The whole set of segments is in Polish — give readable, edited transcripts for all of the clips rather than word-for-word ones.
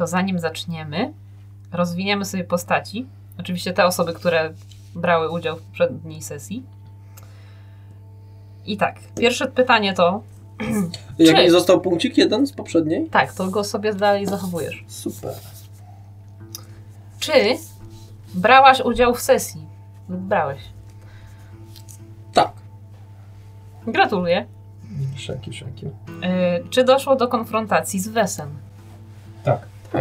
to zanim zaczniemy, rozwiniemy sobie postaci. Oczywiście te osoby, które brały udział w poprzedniej sesji. I tak, pierwsze pytanie to... Jaki został punkcik jeden z poprzedniej? Tak, to go sobie dalej zachowujesz. Super. Czy brałaś udział w sesji? Lub brałeś? Tak. Gratuluję. Szaki. Czy doszło do konfrontacji z Wesem? Tak.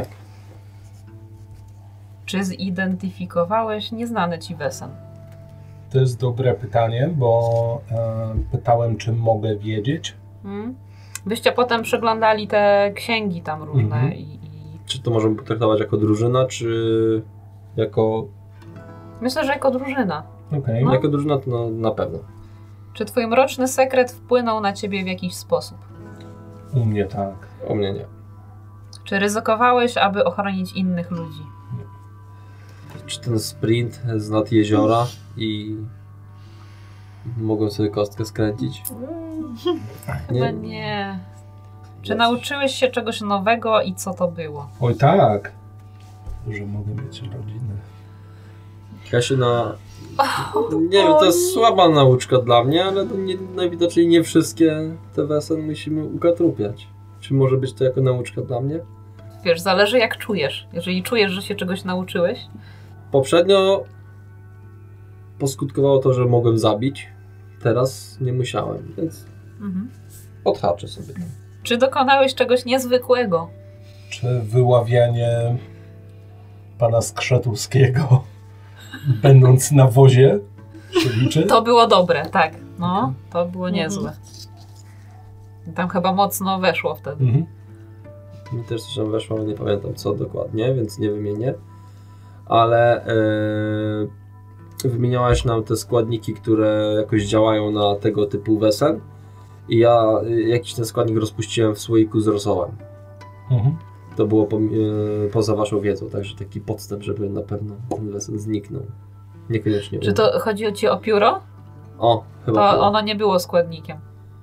Czy zidentyfikowałeś nieznany ci Wesen? To jest dobre pytanie, bo pytałem, czy mogę wiedzieć. Byście potem przeglądali te księgi tam różne i... Czy to możemy potraktować jako drużyna, czy jako... Myślę, że jako drużyna. Okay. Jako drużyna to na pewno. Czy twój mroczny sekret wpłynął na ciebie w jakiś sposób? U mnie tak. U mnie nie. Czy ryzykowałeś, aby ochronić innych ludzi? Czy ten sprint z nad jeziora i mogłem sobie kostkę skręcić? Chyba nie. Czy nauczyłeś się czegoś nowego i co to było? Oj tak, że mogę mieć rodzinę. Kasia, nie wiem, to jest słaba nauczka dla mnie, ale to najwidoczniej nie wszystkie te Wesen musimy ukatrupiać. Czy może być to jako nauczka dla mnie? Wiesz, zależy jak czujesz. Jeżeli czujesz, że się czegoś nauczyłeś. Poprzednio poskutkowało to, że mogłem zabić. Teraz nie musiałem, więc odhaczę sobie. Czy dokonałeś czegoś niezwykłego? Czy wyławianie pana Skrzetuskiego będąc na wozie się liczy? To było dobre, tak. No, to było niezłe. Tam chyba mocno weszło wtedy. Mi też coś tam weszło, ale nie pamiętam co dokładnie, więc nie wymienię. Ale wymieniałaś nam te składniki, które jakoś działają na tego typu Wesen. I ja jakiś ten składnik rozpuściłem w słoiku z rosołem. To było poza waszą wiedzą, także taki podstęp, żeby na pewno ten Wesen zniknął. Niekoniecznie. Czy to chodzi ci o pióro? O, chyba. To ono nie było składnikiem.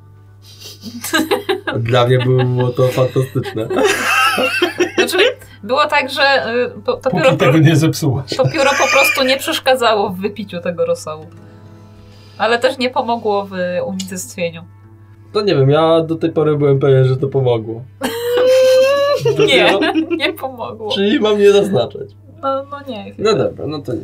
Dla mnie było to fantastyczne. Znaczy, było tak, że to pióro, tego nie zepsułaś. To pióro po prostu nie przeszkadzało w wypiciu tego rosołu. Ale też nie pomogło w unicestwieniu. To nie wiem, ja do tej pory byłem pewien, że to pomogło. Nie pomogło. Czyli mam nie zaznaczać. No nie. No dobra, no to nie.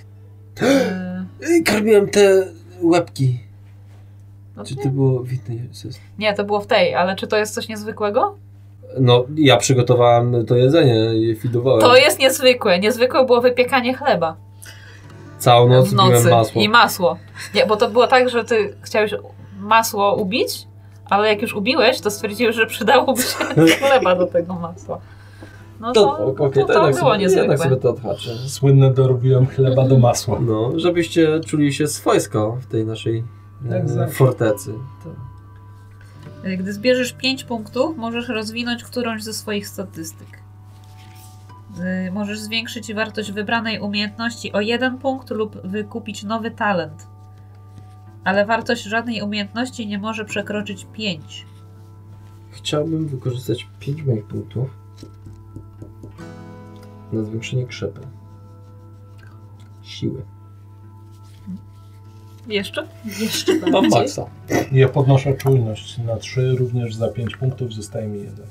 Karmiłem te łebki. Czy to było w innej sesji? Nie, to było w tej, ale czy to jest coś niezwykłego? No, ja przygotowałem to jedzenie i fidowałem. To jest niezwykłe. Niezwykłe było wypiekanie chleba. Całą noc w nocy. piłem masło. I masło. Nie, bo to było tak, że ty chciałeś masło ubić, ale jak już ubiłeś, to stwierdziłeś, że przydałoby się chleba do tego masła. No to było niezwykłe. Jednak sobie to odhaczę. Słynne dorobiłem chleba do masła. No, żebyście czuli się swojsko w tej naszej fortecy. To. Gdy zbierzesz 5 punktów, możesz rozwinąć którąś ze swoich statystyk. Możesz zwiększyć wartość wybranej umiejętności o 1 punkt lub wykupić nowy talent. Ale wartość żadnej umiejętności nie może przekroczyć 5. Chciałbym wykorzystać 5 moich punktów na zwiększenie krzepy. Siły. Jeszcze? Mam maksa. Ja podnoszę czujność na 3, również za 5 punktów zostaje mi 1.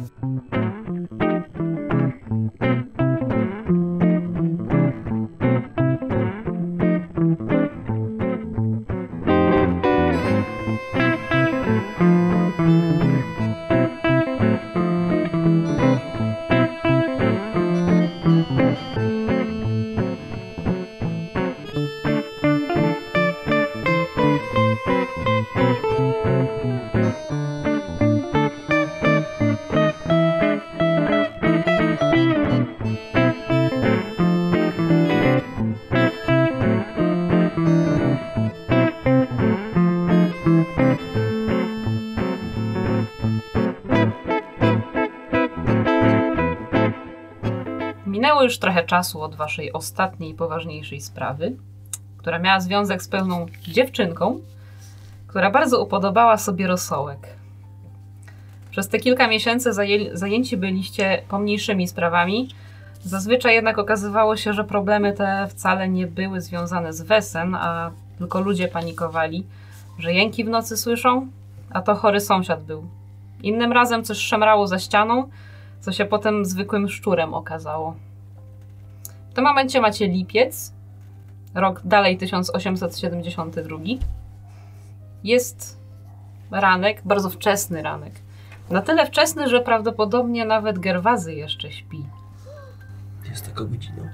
Minęło już trochę czasu od waszej ostatniej, poważniejszej sprawy, która miała związek z pewną dziewczynką, która bardzo upodobała sobie rosołek. Przez te kilka miesięcy zajęci byliście pomniejszymi sprawami. Zazwyczaj jednak okazywało się, że problemy te wcale nie były związane z Wesen, a tylko ludzie panikowali, że jęki w nocy słyszą, a to chory sąsiad był. Innym razem coś szemrało za ścianą, co się potem zwykłym szczurem okazało. W tym momencie macie lipiec, rok dalej 1872. Jest ranek, bardzo wczesny ranek. Na tyle wczesny, że prawdopodobnie nawet Gerwazy jeszcze śpi. Jest taka godzina.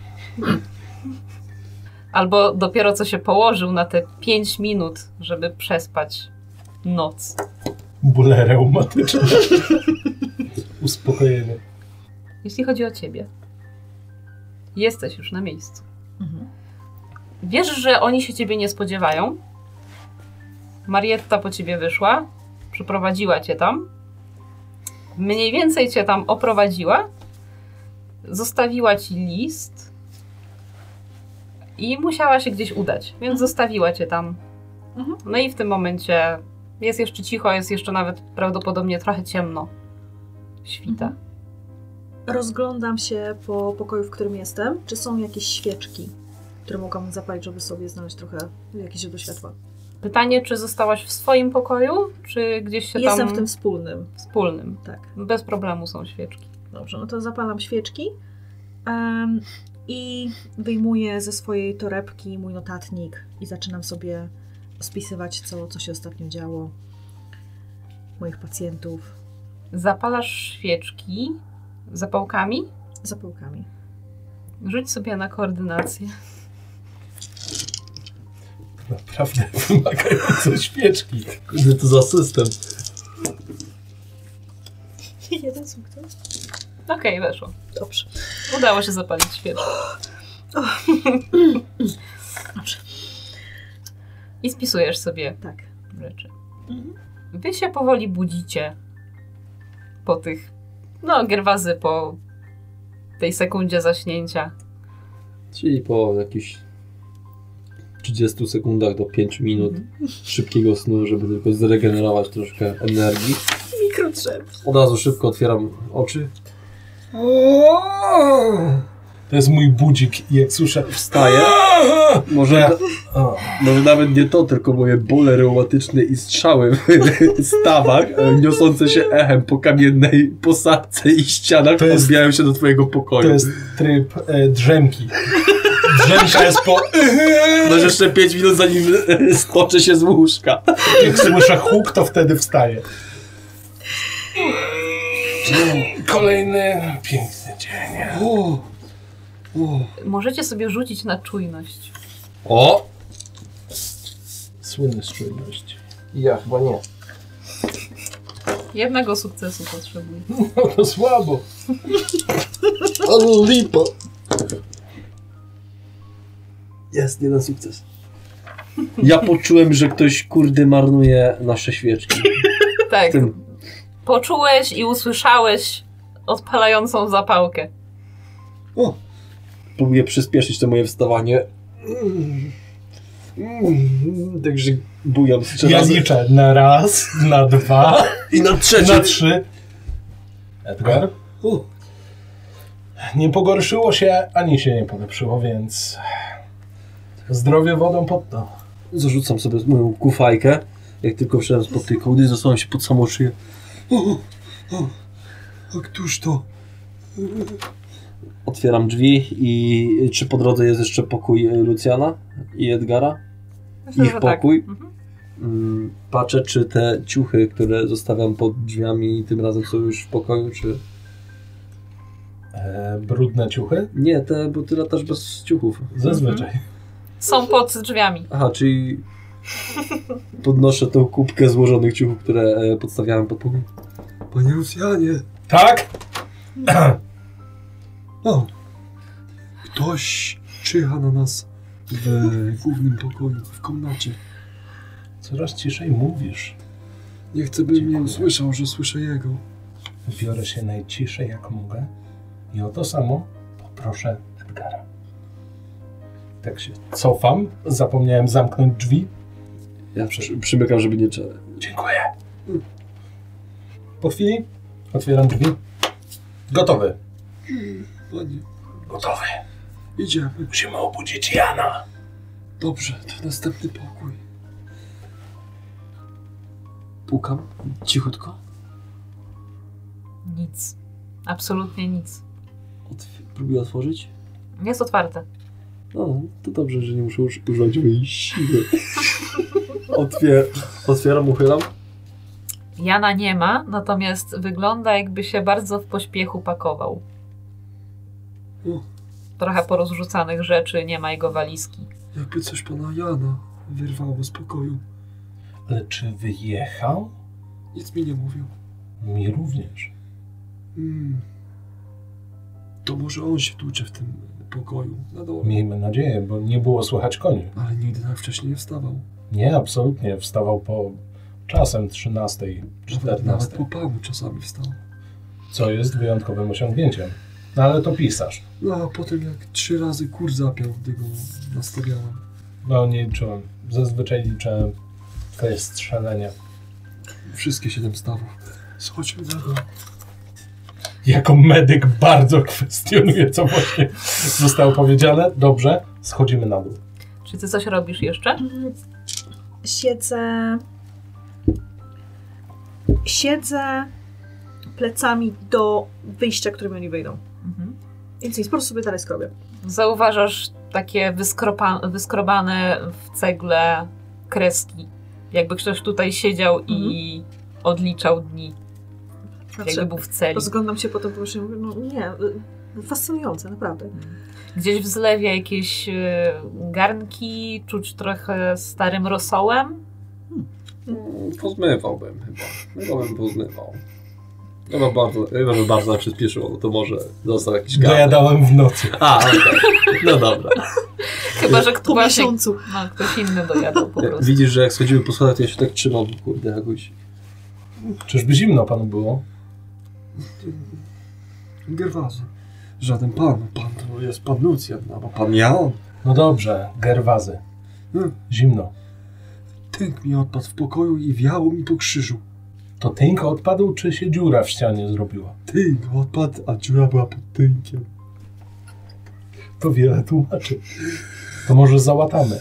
Albo dopiero co się położył na te 5 minut, żeby przespać noc. Bóle reumatyczne. Uspokojenie. Jeśli chodzi o ciebie, jesteś już na miejscu. Wiesz, że oni się ciebie nie spodziewają. Marietta po ciebie wyszła, przyprowadziła cię tam. Mniej więcej cię tam oprowadziła. Zostawiła ci list i musiała się gdzieś udać, więc zostawiła cię tam. No i w tym momencie jest jeszcze cicho, jest jeszcze nawet prawdopodobnie trochę ciemno. Świta. Rozglądam się po pokoju, w którym jestem. Czy są jakieś świeczki, które mogłabym zapalić, żeby sobie znaleźć trochę jakieś źródło światła? Pytanie, czy zostałaś w swoim pokoju, czy gdzieś się Jestem tam... w tym wspólnym. Wspólnym. Tak. Bez problemu są świeczki. Dobrze, no to zapalam świeczki i wyjmuję ze swojej torebki mój notatnik i zaczynam sobie spisywać, co się ostatnio działo, moich pacjentów. Zapalasz świeczki zapałkami? Zapałkami. Rzuć sobie na koordynację. Naprawdę wymagające świeczki. Kurde, to za system. 1 sukces. Okej, weszło. Dobrze. Udało się zapalić świeczkę. Dobrze. I spisujesz sobie Tak. rzeczy. Wy się powoli budzicie po tych, Gerwazy po tej sekundzie zaśnięcia. Czyli po jakichś 30 sekundach do 5 minut szybkiego snu, żeby tylko zregenerować troszkę energii. Mikrodrzew. Od razu szybko otwieram oczy. To jest mój budzik i jak słyszę... Wstaję. Może nawet nie to, tylko moje bóle reumatyczne i strzały w stawach, niosące się echem po kamiennej posadce i ścianach, odbijają się do twojego pokoju. To jest tryb drzemki. Drzemka jest po... Masz jeszcze 5 minut, zanim stoczę się z łóżka. Jak słyszę huk, to wtedy wstaję. Kolejny piękny dzień. Możecie sobie rzucić na czujność. O! Słynny z czujności. Ja chyba nie. 1 sukcesu potrzebuję. No to słabo. Ale lipa. Jest 1 sukces. Ja poczułem, że ktoś kurde marnuje nasze świeczki. Tak. Poczułeś i usłyszałeś odpalającą zapałkę. O! Próbuję przyspieszyć to moje wstawanie. Także bujam z 3 Ja razy. liczę na 1, na 2 I na 3. na 3. Edgar? Nie pogorszyło się, ani się nie polepszyło, więc zdrowie wodą pod to. Zarzucam sobie moją kufajkę. Jak tylko wszedłem spod tej kołdy, zasłałem się pod samą szyję. A któż to? Otwieram drzwi i czy po drodze jest jeszcze pokój Lucjana i Edgara? Myślę, Ich że pokój. Tak. Patrzę, czy te ciuchy, które zostawiam pod drzwiami, tym razem są już w pokoju, czy... Brudne ciuchy? Nie, bo ty latasz bez ciuchów. Zazwyczaj. Są pod drzwiami. Aha, czyli podnoszę tą kubkę złożonych ciuchów, które podstawiałem pod pokój. Panie Lucjanie! Tak? O! Ktoś czyha na nas w głównym pokoju, w komnacie. Coraz ciszej mówisz. Nie chcę, by mnie usłyszał, że słyszę jego. Biorę się najciszej jak mogę i o to samo poproszę Edgara. Tak się cofam, zapomniałem zamknąć drzwi. Ja przymykam, żeby nie trzeba. Dziękuję. Po chwili otwieram drzwi. Gotowy. Panie, Gotowy. idziemy. Musimy obudzić Jana. Dobrze, to następny pokój. Pukam cichutko. Nic. Absolutnie nic. Próbuję otworzyć. Jest otwarte. No, to dobrze, że nie muszę używać mojej siły. Otwieram, uchylam. Jana nie ma, natomiast wygląda, jakby się bardzo w pośpiechu pakował. Trochę porozrzucanych rzeczy, nie ma jego walizki. Jakby coś pana Jana wyrwało z pokoju. Ale czy wyjechał? Nic mi nie mówił. Mi również. To może on się tłucze w tym pokoju na dole. Miejmy nadzieję, bo nie było słychać koni. Ale nigdy tak wcześniej nie wstawał. Nie, absolutnie. Wstawał po czasem 13, Nawet 14. po panu czasami wstał. Co jest wyjątkowym osiągnięciem. No ale to pisarz. No a potem jak 3 razy kur zapiął, gdy go nastawiałem. No nie liczyłem. Zazwyczaj liczę twoje strzelenia. Wszystkie 7 stawów. Schodźmy na dół. Jako medyk bardzo kwestionuję, co właśnie zostało powiedziane. Dobrze, schodzimy na dół. Czy ty coś robisz jeszcze? Siedzę plecami do wyjścia, którym oni wyjdą. Więc nic, po prostu sobie dalej skrobię. Zauważasz takie wyskrobane w cegle kreski. Jakby ktoś tutaj siedział i odliczał dni. Jakby był w celi. Rozglądam się potem i mówię, no nie, fascynujące, naprawdę. Gdzieś w zlewie jakieś garnki, czuć trochę starym rosołem. Pozmywałbym chyba bym pozmywał. Chyba, że bardzo nam przyspieszyło, no to może został jakiś garnek. Dojadałem w nocy. A, okej. No dobra. Chyba, że Po miesiącu. ktoś inny dojadał po prostu. Widzisz, że jak schodzimy po schodach, to ja się tak trzymam, kurde, jakoś. Czyżby zimno panu było? Gerwazy. Żaden pan to jest pan Lucjan, albo pan Jan. No dobrze, Gerwazy. Zimno. Tynk mi odpadł w pokoju i wiało mi po krzyżu. To tynk odpadł, czy się dziura w ścianie zrobiła? Tynk odpadł, a dziura była pod tynkiem. To wiele tłumaczy. To może załatamy.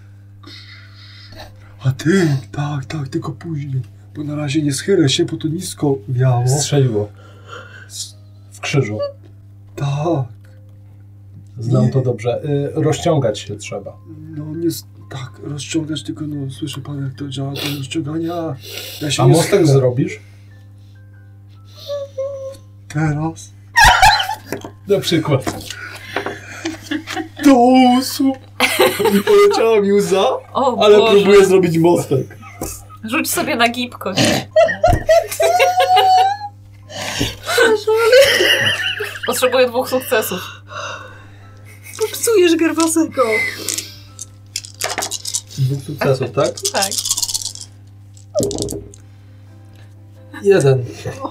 A tynk, tak, tylko później. Bo na razie nie schylę się, bo to nisko wiało. Strzeliło. W krzyżu. Tak. Znam to dobrze. Rozciągać się trzeba. No nie, tak, rozciągać, tylko no słyszy pan, jak to działa, to rozciągania. Ja się A nie mostek schylę. zrobisz? Teraz? Na przykład. Do uszu! Poleciała mi łza, O ale Boże. próbuję zrobić mostek. Rzuć sobie na gibkość. Potrzebuję 2 sukcesów. Popsujesz Gerwasego. 2 sukcesów, tak? Tak. 1.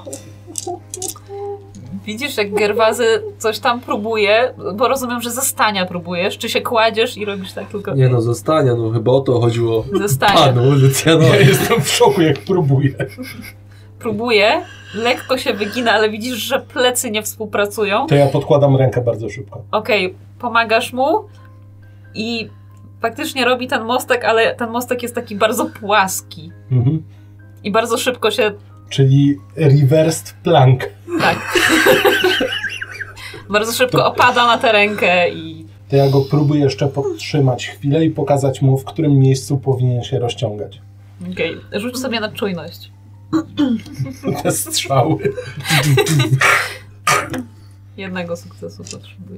Widzisz, jak Gerwazy coś tam próbuje, bo rozumiem, że ze stania próbujesz, czy się kładziesz i robisz tak tylko... Nie no, zostania, no chyba o to chodziło Ze stania. panu Lucjanowi. Ja jestem w szoku, jak próbuję. Próbuje, lekko się wygina, ale widzisz, że plecy nie współpracują. To ja podkładam rękę bardzo szybko. Okej, pomagasz mu i faktycznie robi ten mostek, ale ten mostek jest taki bardzo płaski. Mhm. I bardzo szybko się... Czyli reversed plank. Tak. Bardzo szybko opada na tę rękę i... To ja go próbuję jeszcze podtrzymać chwilę i pokazać mu, w którym miejscu powinien się rozciągać. Okej, rzuć sobie na czujność. Te strzały. 1 sukcesu potrzebuję.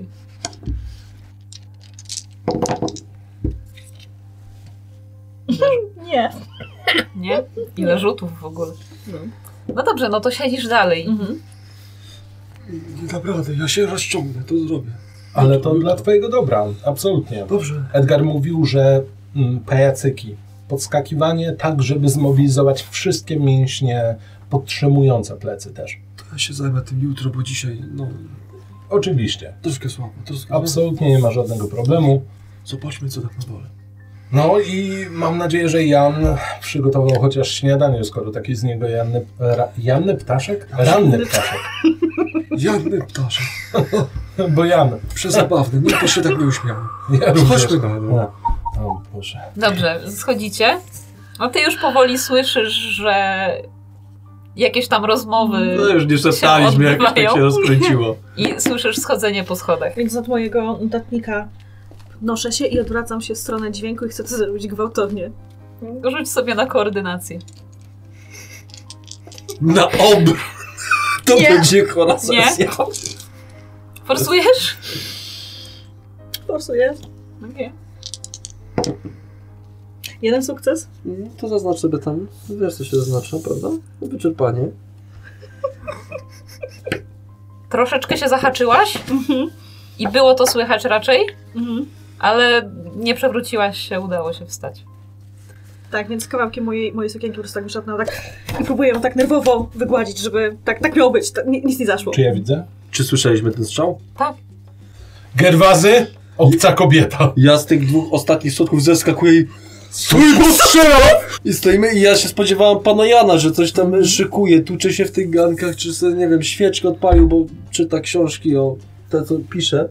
Nie. Nie? Ile rzutów w ogóle? No dobrze, no to siedzisz dalej. Nie naprawdę, ja się rozciągnę, to zrobię. Ale to dla twojego dobra, absolutnie. Dobrze. Edgar mówił, że pajacyki, podskakiwanie tak, żeby zmobilizować wszystkie mięśnie podtrzymujące plecy też. To ja się zajmę tym jutro, bo dzisiaj, no, Oczywiście. troszkę słabo. Absolutnie nie ma żadnego problemu. Zobaczmy, co tak na dole. No i mam nadzieję, że Jan przygotował chociaż śniadanie, skoro taki z niego Janny Ptaszek? Ranny Ptaszek. Janny Ptaszek. Bo Jan. Przezabawny, nie, to się tak nie uśmiało. Ja Chodźmy dalej. No. O Boże. Dobrze, schodzicie. No ty już powoli słyszysz, że jakieś tam rozmowy No już nie szeptaliśmy, jak tak się rozkręciło. i słyszysz schodzenie po schodach. Więc od mojego notatnika noszę się i odwracam się w stronę dźwięku i chcę to zrobić gwałtownie. Rzuć sobie na koordynację. Na obr! To Nie. będzie chora sesja. Forsujesz? Forsuję. Okay. Jeden sukces. To zaznacz sobie tam, wiesz co się zaznacza, prawda? Wyczerpanie. Troszeczkę się zahaczyłaś i było to słychać raczej, ale nie przewróciłaś się, udało się wstać. Tak, więc kawałkiem mojej sukienki po prostu tak wyszedł, tak i próbuję ją tak nerwowo wygładzić, żeby tak miało być, nic nie zaszło. Czy ja widzę? Czy słyszeliśmy ten strzał? Tak. Gerwazy, obca kobieta. Ja z tych dwóch ostatnich schodków zeskakuję i... Stój, bo strzela! I stoimy i ja się spodziewałem pana Jana, że coś tam szykuje, tucze się w tych gankach, czy sobie, nie wiem, świeczkę odpalił, bo czyta książki o te, co pisze.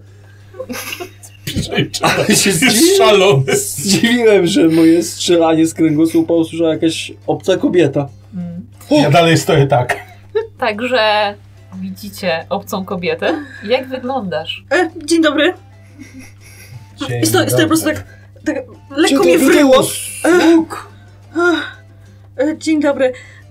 Ale się zdziwiłem, że moje strzelanie z kręgosłupa usłyszała jakaś obca kobieta. Ja dalej stoję tak. Także widzicie obcą kobietę. Jak wyglądasz? Dzień dobry. Dzień I stoję po dobry. prostu tak lekko mnie wryło. Dzień dobry.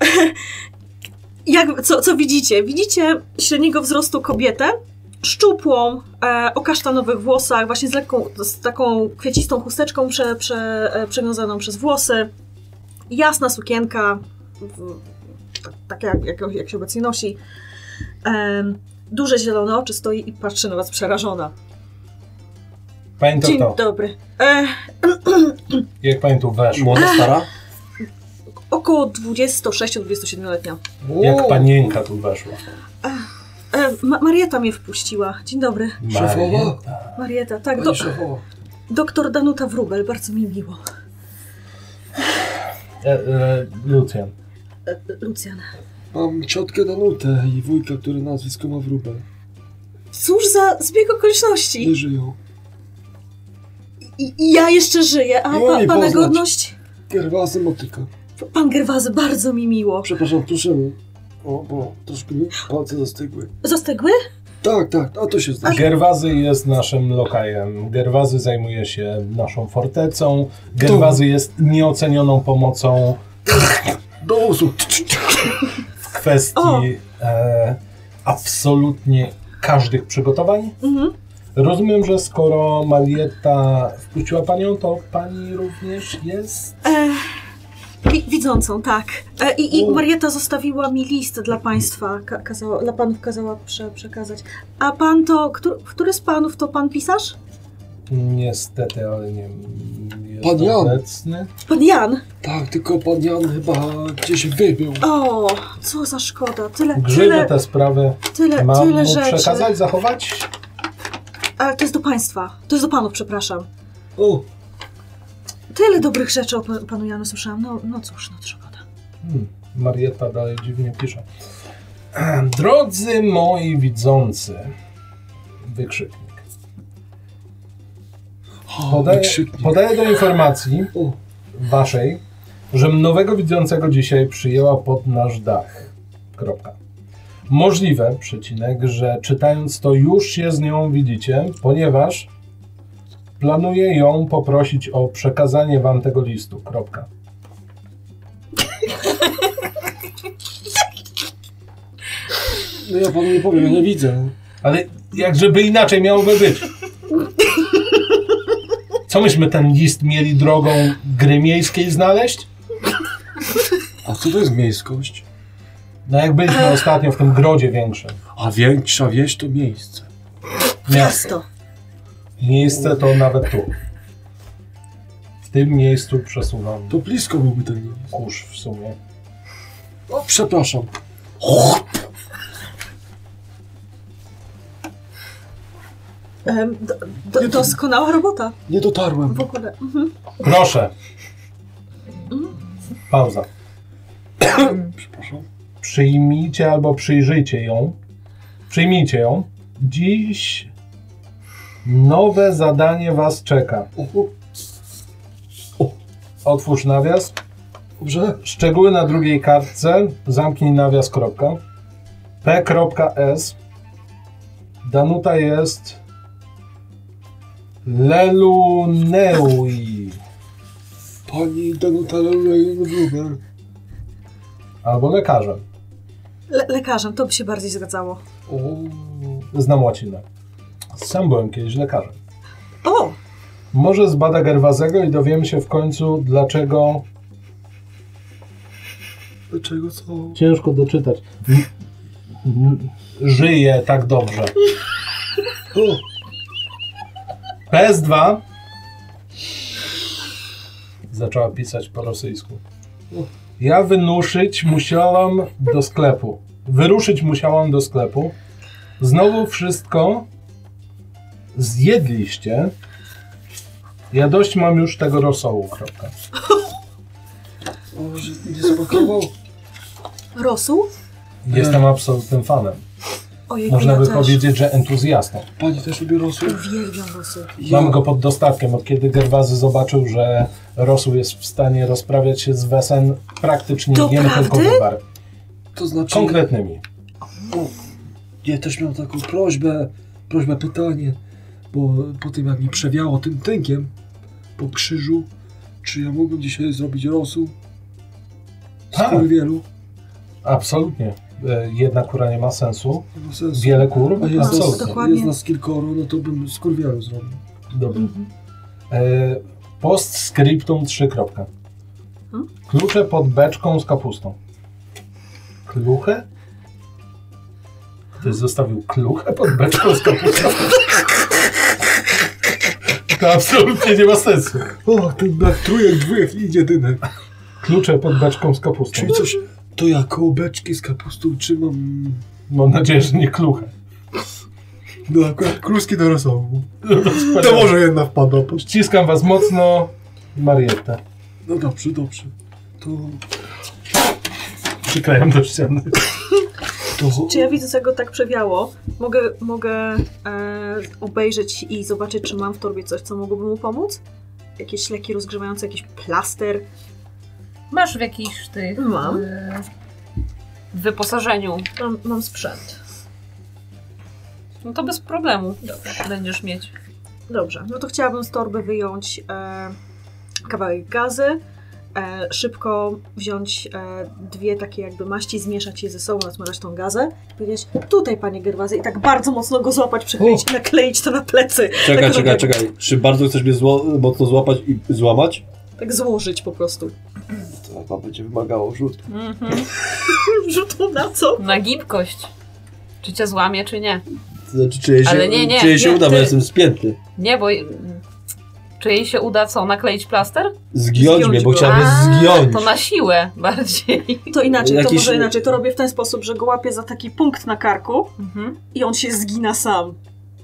Co widzicie? Widzicie średniego wzrostu kobietę, szczupłą, o kasztanowych włosach, właśnie z taką kwiecistą chusteczką przewiązaną przez włosy. Jasna sukienka, tak jak się obecnie nosi. Duże zielone oczy, stoi i patrzy na was przerażona. Pani to Dzień kto? dobry. Jak pani tu weszła? Młoda, stara? Około 26-27-letnia. Jak panienka tu weszła? Marieta mnie wpuściła. Dzień dobry. Szefowa? Marieta, tak. Pani szefowa. Doktor Danuta Wróbel, bardzo mi miło. Lucjan. Lucjan. Mam ciotkę Danutę i wujka, który nazwisko ma Wróbel. Cóż za zbieg okoliczności. Nie żyją. I ja jeszcze żyję, a Miło mi pana poznać. godność? Gerwazy Motyka. Pan Gerwazy, bardzo mi miło. Przepraszam, tuszymy. O, bo troszkę mi palce zastygły. Zastygły? Tak, a to się zdarza. Gerwazy jest naszym lokajem. Gerwazy zajmuje się naszą fortecą. Gerwazy jest nieocenioną pomocą Do usług. w kwestii absolutnie każdych przygotowań. Mhm. Rozumiem, że skoro Marietta wpuściła panią, to pani również jest? Widzącą, tak. I Marieta zostawiła mi list dla państwa. Dla panów kazała przekazać. A pan to... Który z panów to pan pisarz? Niestety, ale nie jest Pan Jan. obecny. Pan Jan. Tak, tylko pan Jan chyba gdzieś wybył. O, co za szkoda. Grzyby te sprawy mam tyle mu rzeczy. przekazać, zachować? Ale to jest do państwa. To jest do panów, przepraszam. O, Tyle dobrych rzeczy o panu Janu słyszałam. No cóż, szkoda. Marietta dalej dziwnie pisze. Drodzy moi widzący, wykrzyknik. Podaję do informacji waszej, że nowego widzącego dzisiaj przyjęła pod nasz dach. Kropka. Możliwe, że czytając to już się z nią widzicie, ponieważ planuję ją poprosić o przekazanie wam tego listu. Kropka. no ja panu nie powiem, ja nie widzę. Ale jak żeby inaczej miałoby być? Co myśmy ten list mieli drogą gry miejskiej znaleźć? A co to jest miejskość? No jak byliśmy ostatnio w tym grodzie większym. A większa wieś to miejsce. Miasto. Miejsce to nawet tu. W tym miejscu przesuwam To blisko byłby ten miejsce. kurz w sumie. O, przepraszam. Doskonała robota. Nie dotarłem. W ogóle. Proszę. Pauza. Przepraszam. Przyjmijcie albo przyjrzyjcie ją. Przyjmijcie ją. Dziś nowe zadanie was czeka. Otwórz nawias. Dobrze. Szczegóły na drugiej kartce. Zamknij nawias. P.S. Danuta jest Leluneui. Pani Danuta Leluneui. Albo lekarzem. Lekarzem, to by się bardziej zgadzało. Znam łacinę. Sam byłem kiedyś lekarzem. O! Może zbada Gerwazego i dowiemy się w końcu, dlaczego... Dlaczego co? Ciężko doczytać. Żyje tak dobrze. PS2 zaczęła pisać po rosyjsku. Ja wyruszyć musiałam do sklepu. Znowu wszystko zjedliście. Ja dość mam już tego rosołu. O, że nie smakował. Rosół? Jestem absolutnym fanem. Ojejku, Można ja by też. powiedzieć, że entuzjastą. Pani też lubi rosół? Uwielbiam rosół. Mam go pod dostatkiem. Od kiedy Gerwazy zobaczył, że rosół jest w stanie rozprawiać się z Wesen, praktycznie To jem prawdy? tylko wywar. To znaczy... Konkretnymi. Ja też miałem taką prośbę, pytanie, bo po tym jak mi przewiało tym tynkiem po krzyżu, czy ja mógłbym dzisiaj zrobić rosół z Tak. kur wielu? Absolutnie. Jedna kura nie ma sensu. Nie ma sensu. Wiele kur? A jest Absolutnie. dokładnie. jest nas kilkoro, no to bym z kur wielu zrobił. Dobrze. Postscriptum 3. Klucze pod beczką z kapustą. Kluchę? Ktoś zostawił kluchę pod beczką z kapustą? To absolutnie nie ma sensu. O, ten brak trójek, dwójek i jedynek. Klucze pod beczką z kapustą. Czyli coś, to ja koło beczki z kapustą trzymam... Mam nadzieję, że nie kluchę. No akurat kluski do rosołu. To To może jedna wpadła. Ściskam was mocno. Marietta. No dobrze, dobrze. To... Przyklejam do ściany. Czy ja widzę, co go tak przewiało? Mogę obejrzeć i zobaczyć, czy mam w torbie coś, co mogłoby mu pomóc? Jakieś leki rozgrzewające, jakiś plaster? Masz w jakichś tych... Mam. W wyposażeniu. Mam sprzęt. No to bez problemu. Będziesz mieć. Dobrze, no to chciałabym z torby wyjąć kawałek gazy, szybko wziąć dwie takie jakby maści, zmieszać je ze sobą, nasmarować tą gazę i powiedzieć, tutaj panie Gerwazy, i tak bardzo mocno go złapać, przykleić i nakleić to na plecy. Czekaj. Czy bardzo chcesz mnie mocno złapać i złamać? Tak złożyć po prostu. To chyba będzie wymagało rzutu. Rzutu na co? Na gibkość. Czy cię złamie, czy nie. To znaczy, czy jej się, Ale nie, czy jej się uda, bo ty- jestem spięty. Nie, bo... Czy jej się uda co? Nakleić plaster? Zgiąć mnie, bo go. chciałabym zgiąć. To na siłę bardziej. To inaczej, to Jakiś- może inaczej. To robię w ten sposób, że go łapię za taki punkt na karku Mhm. i on się zgina sam.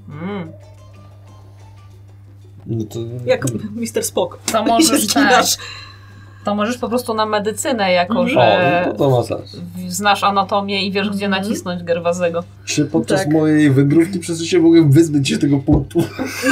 No to... Jak Mr. Spock. To I się możesz, zginasz. to możesz po prostu na medycynę, jako O, że no to ma sens. znasz anatomię i wiesz, gdzie nacisnąć Gerwazego. Czy podczas Tak. mojej wędrówki przez życie mogłem wyzbyć się tego punktu?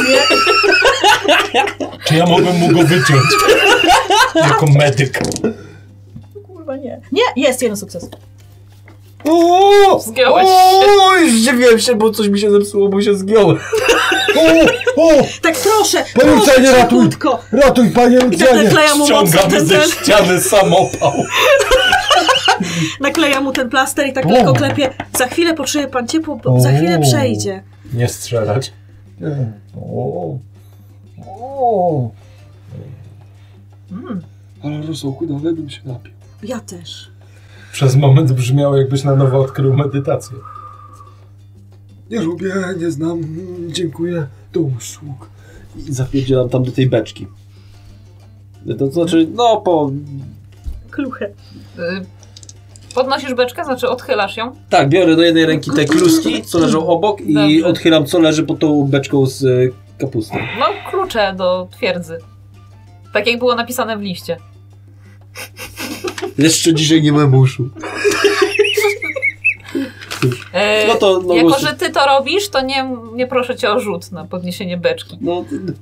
Czy ja mogłem mu go wyciąć? Jako medyk. Kurwa nie. Nie, jest jeden sukces. O! Zgiąłeś się. O! Zdziwiłem się, bo coś mi się zepsuło, bo się zgiąłem. O! Tak proszę, Panie Lucianie, ratuj! szybciutko. Ratuj, panie I tak Lucianie! nakleja mu mocno Ściągam ten, ze ściany samopał. nakleja mu ten plaster i tak tylko klepie. Za chwilę poczuje pan ciepło, bo za chwilę przejdzie. Nie strzelać. O! O! Ale rosołku dalej bym się napił. Ja też. Przez moment brzmiało, jakbyś na nowo odkrył medytację. Nie lubię, nie znam, dziękuję, do usług. I zapierdzielam tam do tej beczki. To znaczy, no po... Kluche. Podnosisz beczkę, znaczy odchylasz ją? Tak, biorę do jednej ręki te kluski, co leżą obok i Dobrze. odchylam, co leży pod tą beczką z kapustą. Mam klucze do twierdzy. Tak jak było napisane w liście. Jeszcze dzisiaj nie mam uszu. No to, no jako, właśnie. że ty to robisz, to nie proszę cię o rzut na podniesienie beczki. No,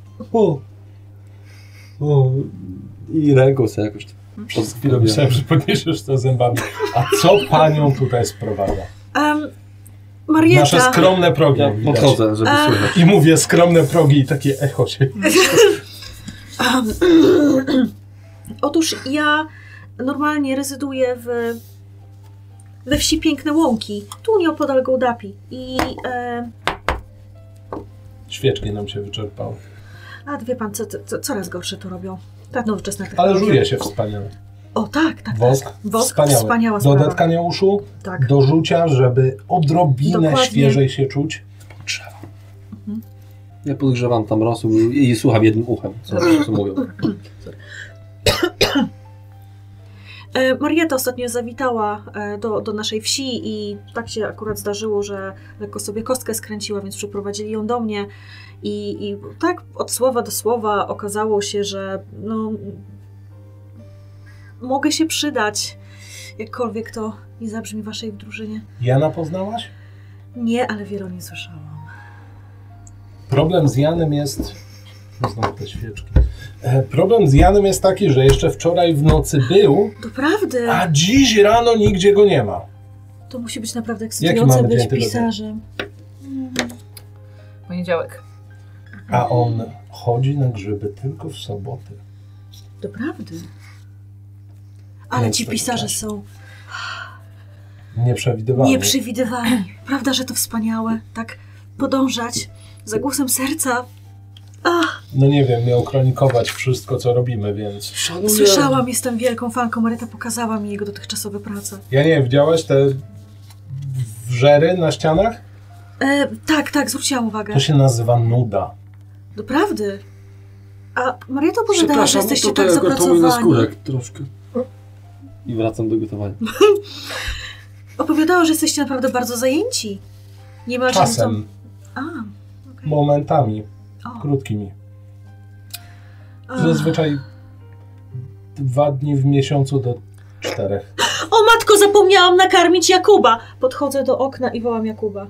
o, i ręką sobie jakoś Przez chwilę myślałem, że podniesiesz to zębami. A co panią tutaj sprowadza? Marietta. Nasze skromne progi. Ja widać. podchodzę, żeby słychać. I mówię skromne progi i takie echo się. Otóż ja normalnie rezyduję we wsi Piękne Łąki, tu nieopodal Gołdapi. I Świeczki nam się wyczerpały. a wie pan, coraz gorsze to robią. Tak nowoczesne Ale technologie. żuje się wspaniale. O tak. Wosk, wspaniały. Wspaniała Do sprawa. odetkania uszu, Tak. do rzucia, żeby odrobinę Dokładnie. świeżej się czuć. Potrzeba. Ja podgrzewam tam rosół i słucham jednym uchem, co mówią. Marietta ostatnio zawitała do naszej wsi i tak się akurat zdarzyło, że lekko sobie kostkę skręciła, więc przyprowadzili ją do mnie i tak od słowa do słowa okazało się, że no, mogę się przydać, jakkolwiek to nie zabrzmi w waszej drużynie. Jana poznałaś? Nie, ale wiele nie słyszałam. Problem z Janem jest... Znowu te świeczki. Problem z Janem jest taki, że jeszcze wczoraj w nocy był, Doprawdy, a dziś rano nigdzie go nie ma. to musi być naprawdę Jaki ekscytujące mamy być dzień tygodnia? pisarzem. Poniedziałek. A on chodzi na grzyby tylko w soboty. Doprawdy. Ale Jest ci taki pisarze czas. są Nieprzewidywalny. nieprzewidywalni. Prawda, że to wspaniałe? Tak podążać za głosem serca. Ach, No nie wiem, miał kronikować wszystko, co robimy, więc... słyszałam, jestem wielką fanką. Maryta pokazała mi jego dotychczasowe prace. Ja nie wiem, widziałeś te wrzery na ścianach? Tak, zwróciłam uwagę. To się nazywa nuda. Doprawdy. A Maryta opowiadała, że Przepraszam, jesteście tutaj tak ja gotuję na zapracowani. skórek troszkę. I wracam do gotowania. Opowiadała, że jesteście naprawdę bardzo zajęci. Nie ma Czasem, okej. momentami, O. krótkimi. Ach. Zazwyczaj 2 dni w miesiącu do 4. O matko, zapomniałam nakarmić Jakuba! Podchodzę do okna i wołam Jakuba.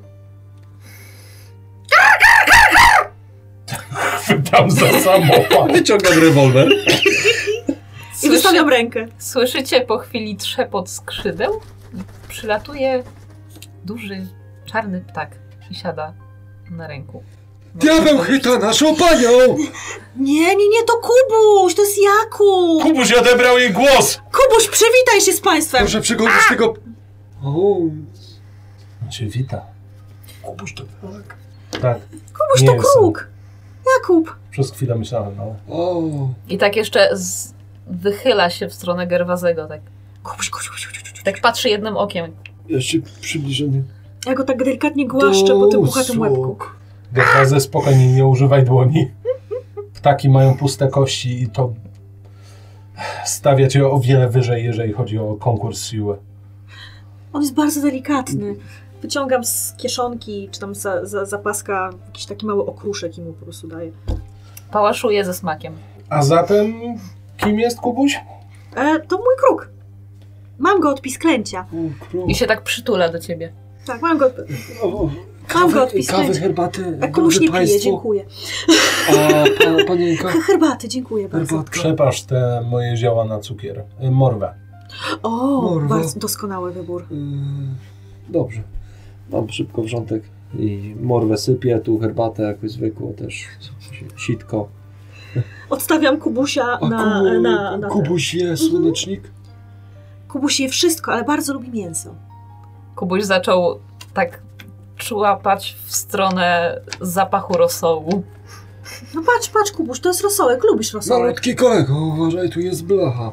Chwytam za samochód. Wyciągam rewolwer. I wystawiam rękę. Słyszycie po chwili trzepot skrzydeł? Przylatuje duży, czarny ptak i siada na ręku. Diabeł chyta naszą panią! Nie, to Kubuś, to jest Jakub! Kubuś odebrał jej głos! Kubuś, przywitaj się z państwem! Proszę przygodzić tego... O, On się wita. Kubuś to tak. Tak, Kubuś nie to jest kruk! Jakub! przez chwilę myślałem, ale... O, I tak jeszcze wychyla się w stronę Gerwazego, tak. Kubuś. Tak patrzy jednym okiem. jeszcze przybliżenie. Ja go tak delikatnie głaszczę po tym puchatym łebku. Gerwazy, spokojnie, nie używaj dłoni. Ptaki mają puste kości i to stawia cię o wiele wyżej, jeżeli chodzi o konkurs siły. On jest bardzo delikatny. Wyciągam z kieszonki, czy tam za paska jakiś taki mały okruszek i mu po prostu daję. Pałaszuje ze smakiem. A zatem kim jest Kubuś? To mój kruk. Mam go od pisklęcia. O, kruk. I się tak przytula do ciebie. Tak, mam go. O, Mam go od kawy, pisklęcia. herbaty, A Kubuś nie pije, państwo. dziękuję. A panienka? Herbaty, dziękuję bardzo. Herbatka. Przepasz te moje zioła na cukier. Morwę. O, Morwa. bardzo doskonały wybór. Dobrze. Mam szybko wrzątek i morwę sypię, tu herbatę jakoś zwykłą też, sitko. Odstawiam Kubusia A na ten. Kubuś je słonecznik? Kubuś je wszystko, ale bardzo lubi mięso. Kubuś zaczął tak człapać w stronę zapachu rosołu. No patrz, Kubuś, to jest rosołek, lubisz rosołek. Malutki kolego, uważaj, tu jest blacha.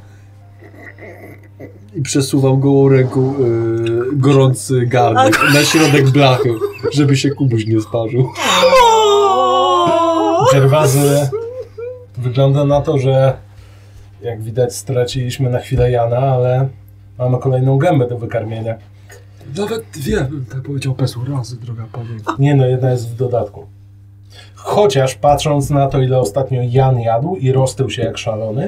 I przesuwam gołą ręką gorący garnek na środek blachy, żeby się Kubuś nie sparzył. Gerwazy, wygląda na to, że jak widać straciliśmy na chwilę Jana, ale Mamy kolejną gębę do wykarmienia. Nawet dwie, bym tak powiedział, bez urazy, droga panienko. Nie no, jedna jest w dodatku. Chociaż patrząc na to, ile ostatnio Jan jadł i roztył się jak szalony.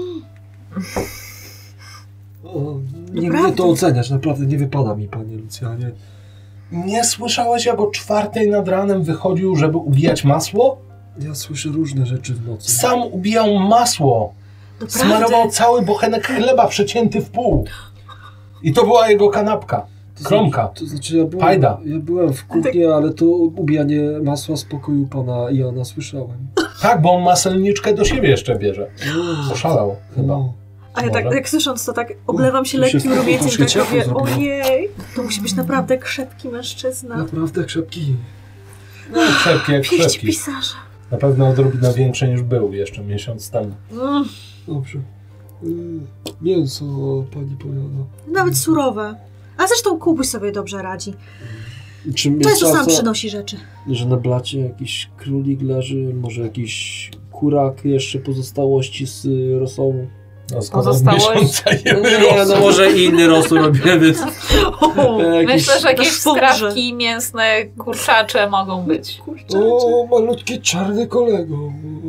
Nie mnie to oceniać, naprawdę nie wypada mi, panie Lucjanie. Nie słyszałeś, jak o 4 nad ranem wychodził, żeby ubijać masło? Ja słyszę różne rzeczy w nocy. Sam ubijał masło. Smarował cały bochenek chleba przecięty w pół. I to była jego kanapka. Kromka. To znaczy Pajda. Ja byłem w kuchni, ale to ubijanie masła z pokoju pana Jana słyszałem. Tak, bo on maselniczkę do siebie jeszcze bierze. Oszalał chyba. A ja tak, jak słysząc to, tak oblewam się lekkim rumieńcem, tak mówię, ojej, to musi być naprawdę krzepki mężczyzna. Naprawdę krzepki. No, krzepki jak Pięść krzepki. pisarza. Na pewno odrobinę większy niż był jeszcze miesiąc temu. Dobrze. Mięso pani powiada. Nawet surowe. A zresztą Kubuś sobie dobrze radzi. Czym Często sam przynosi rzeczy. Że na blacie jakiś królik leży, może jakiś kurak jeszcze pozostałości z rosołu. No skoro od miesiąca no może inny rosół robimy. Myślę, że jakieś skrawki mięsne, kurczacze mogą być. O, malutki czarny kolego.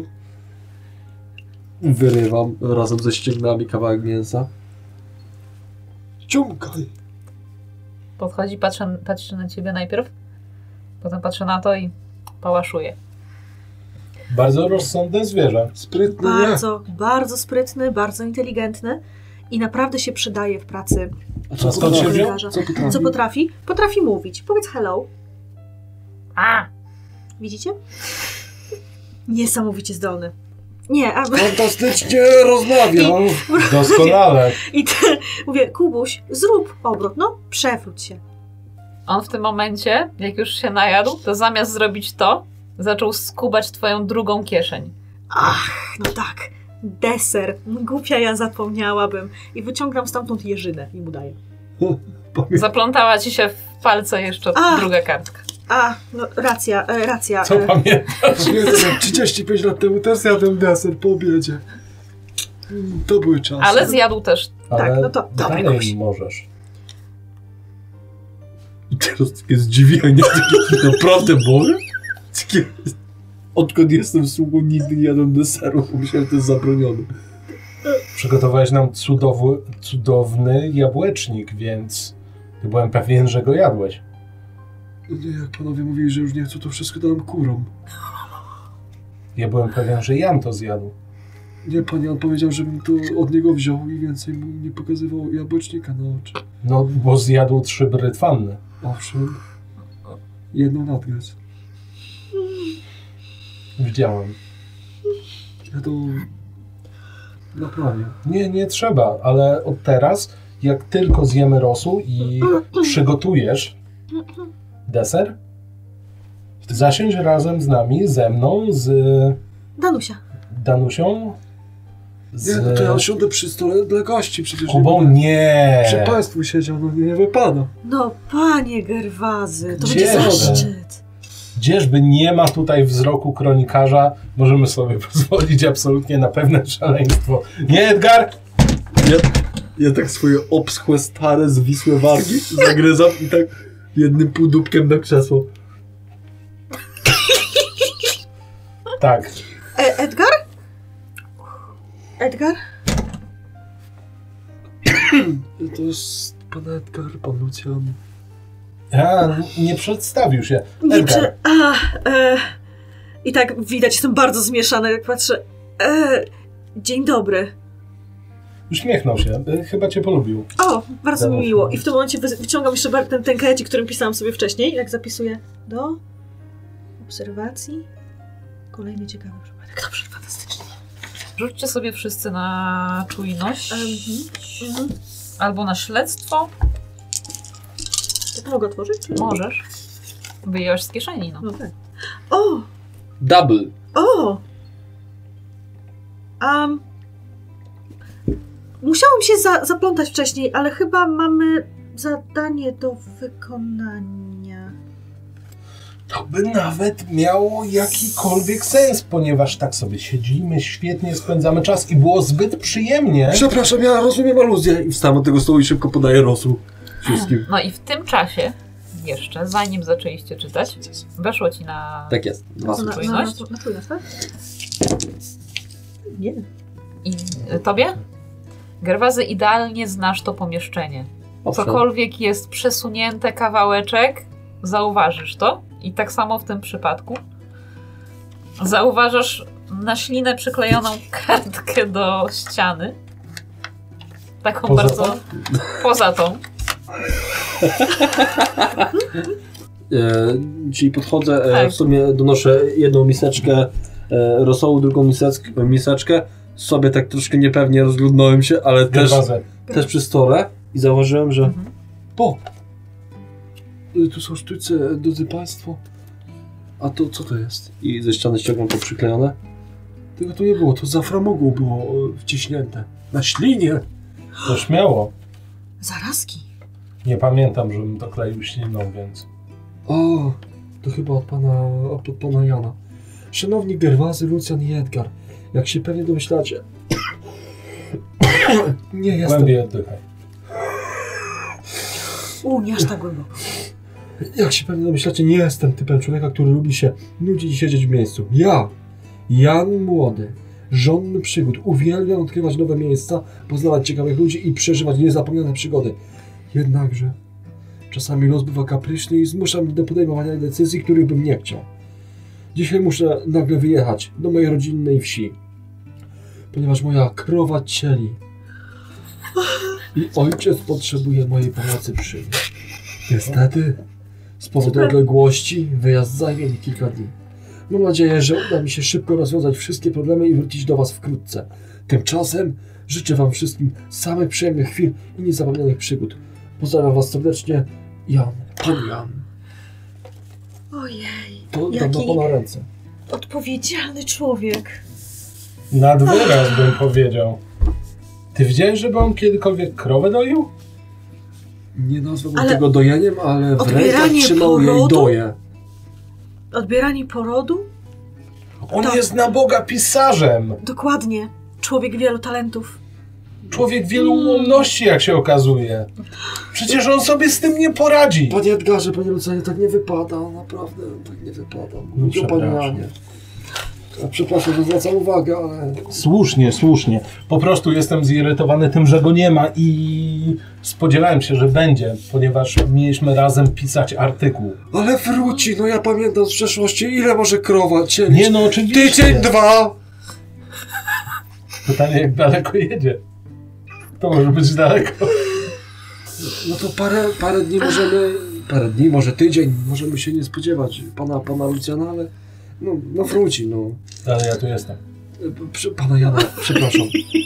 Wyrywam razem ze ścięgnami kawałek mięsa. Ciumkaj. Podchodzi, patrzy na ciebie najpierw, potem patrzy na to i pałaszuje. Bardzo rozsądne zwierzę. Sprytny, bardzo sprytny, bardzo inteligentny i naprawdę się przydaje w pracy. A co skąd się wziął? Co potrafi? Potrafi mówić. Powiedz hello. A! Widzicie? Niesamowicie zdolny. Nie, fantastycznie rozmawia. Doskonale. I mówię, Kubuś, zrób obrót, no, przewróć się. On w tym momencie, jak już się najadł, to zamiast zrobić to, zaczął skubać twoją drugą kieszeń. Ach, no tak, deser. Głupia ja zapomniałabym. I wyciągam stamtąd jeżynę i mu daję. Zaplątała ci się w palce jeszcze druga kartka. No racja. Co pamiętasz? 35 lat temu też zjadłem deser po obiedzie. To były czasy. Ale zjadł też. Ale tak, no to dalej możesz. I teraz takie zdziwienie, takie naprawdę mogę? Odkąd jestem sługą, nigdy nie jadłem deseru, bo myślałem, że to jest zabronione. Przygotowałeś nam cudowny jabłecznik, więc byłem pewien, że go jadłeś. Nie, jak panowie mówili, że już nie chcą, to wszystko dałem kurom. Ja byłem pewien, że Jan to zjadł. Nie, pan Jan powiedział, żebym to od niego wziął i więcej mu nie pokazywał jabłecznika na oczy. No, bo zjadł 3 brytwanny. Owszem. Jedną nadgryzł. Widziałem. Ja to naprawię. Nie trzeba, ale od teraz, jak tylko zjemy rosół i przygotujesz deser, zasiądź razem z nami, ze mną, z Danusią. Nie, no to ja siądę przy stole dla gości, przecież Kubą nie. Przy państwu siedział, no nie wypada. No panie Gerwazy, to będzie zaszczyt. Gdzieżby nie ma tutaj wzroku kronikarza, możemy sobie pozwolić absolutnie na pewne szaleństwo. Nie, Edgar? Ja tak swoje obschłe, stare, zwisłe wargi zagryzam i tak jednym półdubkiem na krzesło. Tak. Edgar? Edgar? To jest pan Edgar, pan Lucjan. Nie przedstawił się. Edgar. I tak widać, jestem bardzo zmieszana, jak patrzę. Dzień dobry. Uśmiechnął się. Chyba cię polubił. O, bardzo mi miło. I w tym momencie wyciągam jeszcze ten kajecik, którym pisałam sobie wcześniej, jak zapisuję do obserwacji. Kolejny ciekawy przypadek. Dobrze, fantastycznie. Rzućcie sobie wszyscy na czujność. Albo na śledztwo. To mogę otworzyć? Możesz. Wyjęłaś z kieszeni, no. No tak. O! Double. O! Musiałam się zaplątać wcześniej, ale chyba mamy zadanie do wykonania. To by nawet miało jakikolwiek sens, ponieważ tak sobie siedzimy, świetnie spędzamy czas i było zbyt przyjemnie. Przepraszam, ja rozumiem aluzję. I wstałem od tego stołu i szybko podaję rosół wszystkim. No i w tym czasie, jeszcze zanim zaczęliście czytać, weszło ci na... Tak jest. Na czujność, tak? Nie. I tobie? Gerwazy, idealnie znasz to pomieszczenie. Cokolwiek jest przesunięte kawałeczek, zauważysz to. I tak samo w tym przypadku. Zauważasz na ślinę przyklejoną kartkę do ściany. Taką Poza bardzo... tą? Poza tą. Czyli podchodzę, Tak. w sumie donoszę jedną miseczkę rosołu, drugą miseczkę. Sobie tak troszkę niepewnie rozglądnąłem się, ale też przy stole i zauważyłem, że Tu są sztućce, drodzy państwo. A to co to jest? i ze ściany ściągam to przyklejone. Tego tu nie było, to za framugą było wciśnięte. Na ślinie. To śmiało. Zarazki. Nie pamiętam, żebym to kleił śliną, więc... O, to chyba od pana Jana. Szanowni Gerwazy, Lucjan i Edgar, jak się pewnie domyślacie... nie jestem... Głębiej oddychaj. Nie aż tak głęboko. Jak się pewnie domyślacie, nie jestem typem człowieka, który lubi się nudzić i siedzieć w miejscu. Ja, Jan Młody, żonny przygód, uwielbiam odkrywać nowe miejsca, poznawać ciekawych ludzi i przeżywać niezapomniane przygody. Jednakże czasami los bywa kapryśny i zmusza mnie do podejmowania decyzji, których bym nie chciał. Dzisiaj muszę nagle wyjechać do mojej rodzinnej wsi, ponieważ moja krowa cieli i ojciec potrzebuje mojej pomocy przy nim. Niestety, z powodu odległości wyjazd zajmie mi kilka dni. Mam nadzieję, że uda mi się szybko rozwiązać wszystkie problemy i wrócić do Was wkrótce. Tymczasem życzę Wam wszystkim samych przyjemnych chwil i niezapomnianych przygód. Pozdrawiam Was serdecznie, Jan, pan Jan. Ojej, To dam na jaki Pana ręce. odpowiedzialny człowiek. Nad wyraz bym powiedział. Ty widziałeś, żeby on kiedykolwiek krowę doił? Nie nazwałbym Ale tego dojeniem, ale w rękach odbieranie trzymał jej porodu? doję. Odbieranie porodu? On Tak. jest na Boga pisarzem. Dokładnie. Człowiek wielu talentów. Człowiek wielu ułomności, jak się okazuje. Przecież on sobie z tym nie poradzi. Panie Edgarze, panie Lucjanie, tak nie wypada, naprawdę, tak nie wypada. Mówię o panie Janie. Ja przepraszam, że zwracam uwagę, ale... Słusznie. Po prostu jestem zirytowany tym, że go nie ma i spodziewałem się, że będzie, ponieważ mieliśmy razem pisać artykuł. Ale wróci, no ja pamiętam z przeszłości, ile może krowa cielić? Nie no, oczywiście. Tydzień, 2! Pytanie, jak daleko jedzie. To może być daleko. No to parę dni możemy... Parę dni, może tydzień, możemy się nie spodziewać pana Lucjana, ale... No wróci, no. Ale ja tu jestem. Pana Jana, przepraszam.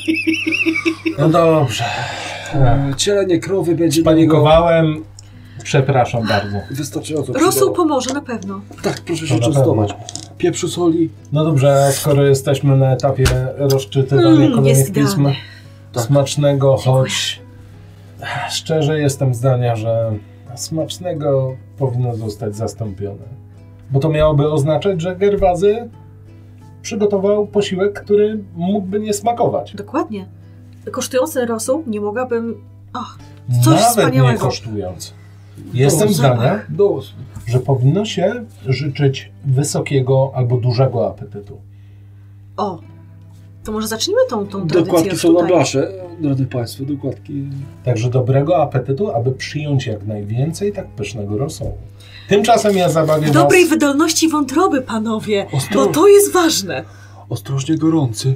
No dobrze. Cielenie krowy będzie dla niego Spanikowałem. Przepraszam bardzo. wystarczająco Rosół przydało. pomoże na pewno. Tak, proszę To się na częstować. pewno. Pieprzu, soli. No dobrze, a skoro jesteśmy na etapie rozczytywania kolejnych jest pism, idealnie. smacznego, choć szczerze jestem zdania, że smacznego powinno zostać zastąpione. Bo to miałoby oznaczać, że Gerwazy przygotował posiłek, który mógłby nie smakować. Dokładnie. Kosztując ten rosół, nie mogłabym... Coś Nawet wspaniałego. nie kosztując. Jestem No, zdania, Do... że powinno się życzyć wysokiego albo dużego apetytu. To może zacznijmy tą tradycję Dokładki już są na tutaj. blasze, drodzy Państwo, dokładki. Także dobrego apetytu, aby przyjąć jak najwięcej tak pysznego rosołu. Tymczasem ja zabawię Dobrej was... wydolności wątroby, panowie, Ostro... bo to jest ważne. Ostrożnie gorący.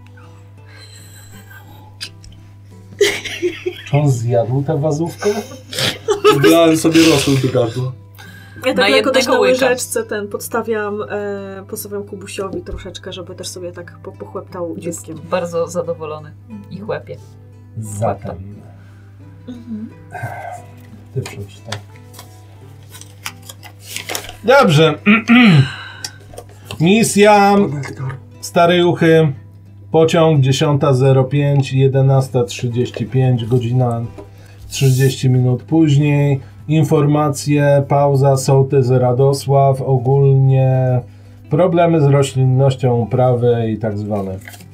Czy on zjadł tę wazówkę? Wlałem sobie rosół do gardła. Ja Na tak jako też jednego na łyka. łyżeczce podstawiam Kubusiowi troszeczkę, żeby też sobie tak pochłeptał Jest dzieckiem. bardzo zadowolony i chłepie. Zatem. Mhm. Ty przeczytaj. Dobrze. Misja Pan Edgar. Stare Juchy. Pociąg 10:05, 11:35, godzina 30 minut później. informacje, pauza, sołtys Radosław, ogólnie problemy z roślinnością uprawy i tak zwane.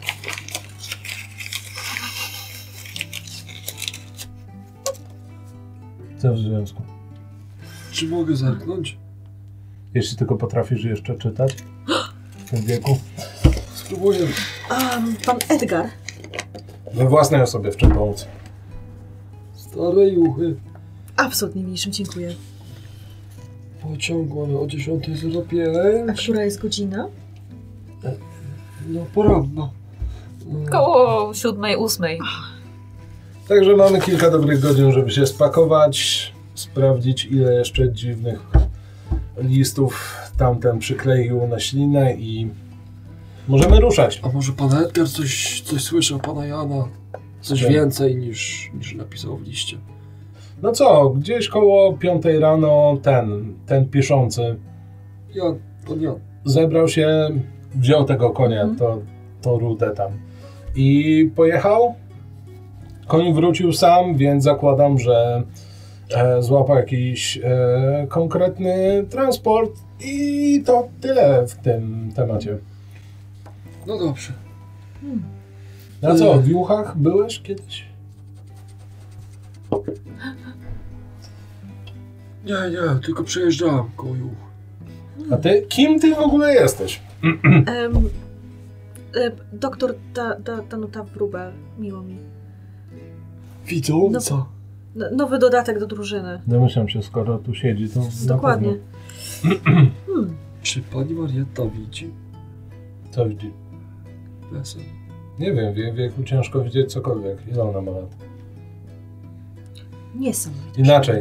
Co w związku? Czy mogę zerknąć? Jeśli tylko potrafisz jeszcze czytać w tym wieku. Spróbuję. Pan Edgar. We własnej osobie w czym pomóc. Stare juchy. Absolutnie mniejszym dziękuję. Pociąg mamy o 10:05. A która jest godzina? No poranna. Koło 7, 8. Także mamy kilka dobrych godzin, żeby się spakować, sprawdzić ile jeszcze dziwnych listów tamten przykleił na ślinę i możemy ruszać. A może pan Edgar coś słyszał, pana Jana? Coś więcej niż napisał w liście. No co, gdzieś koło 5 rano ten piszący Pan Jan. zebrał się, wziął tego konia, to rudę tam i pojechał. Koń wrócił sam, więc zakładam, że złapał jakiś konkretny transport i to tyle w tym temacie. No dobrze. A co, w Juchach byłeś kiedyś? Nie, tylko przejeżdżałem koło Juch. A ty, kim ty w ogóle jesteś? Doktor Danuta Wróbel, miło mi. Widząca. Nowy dodatek do drużyny. Domyślam się, skoro tu siedzi, to Dokładnie. Czy pani Marietta widzi? Co widzi? Wesel. Nie wiem, w jej wieku ciężko widzieć cokolwiek. Ile ona ma lat? Niesamowite. Inaczej.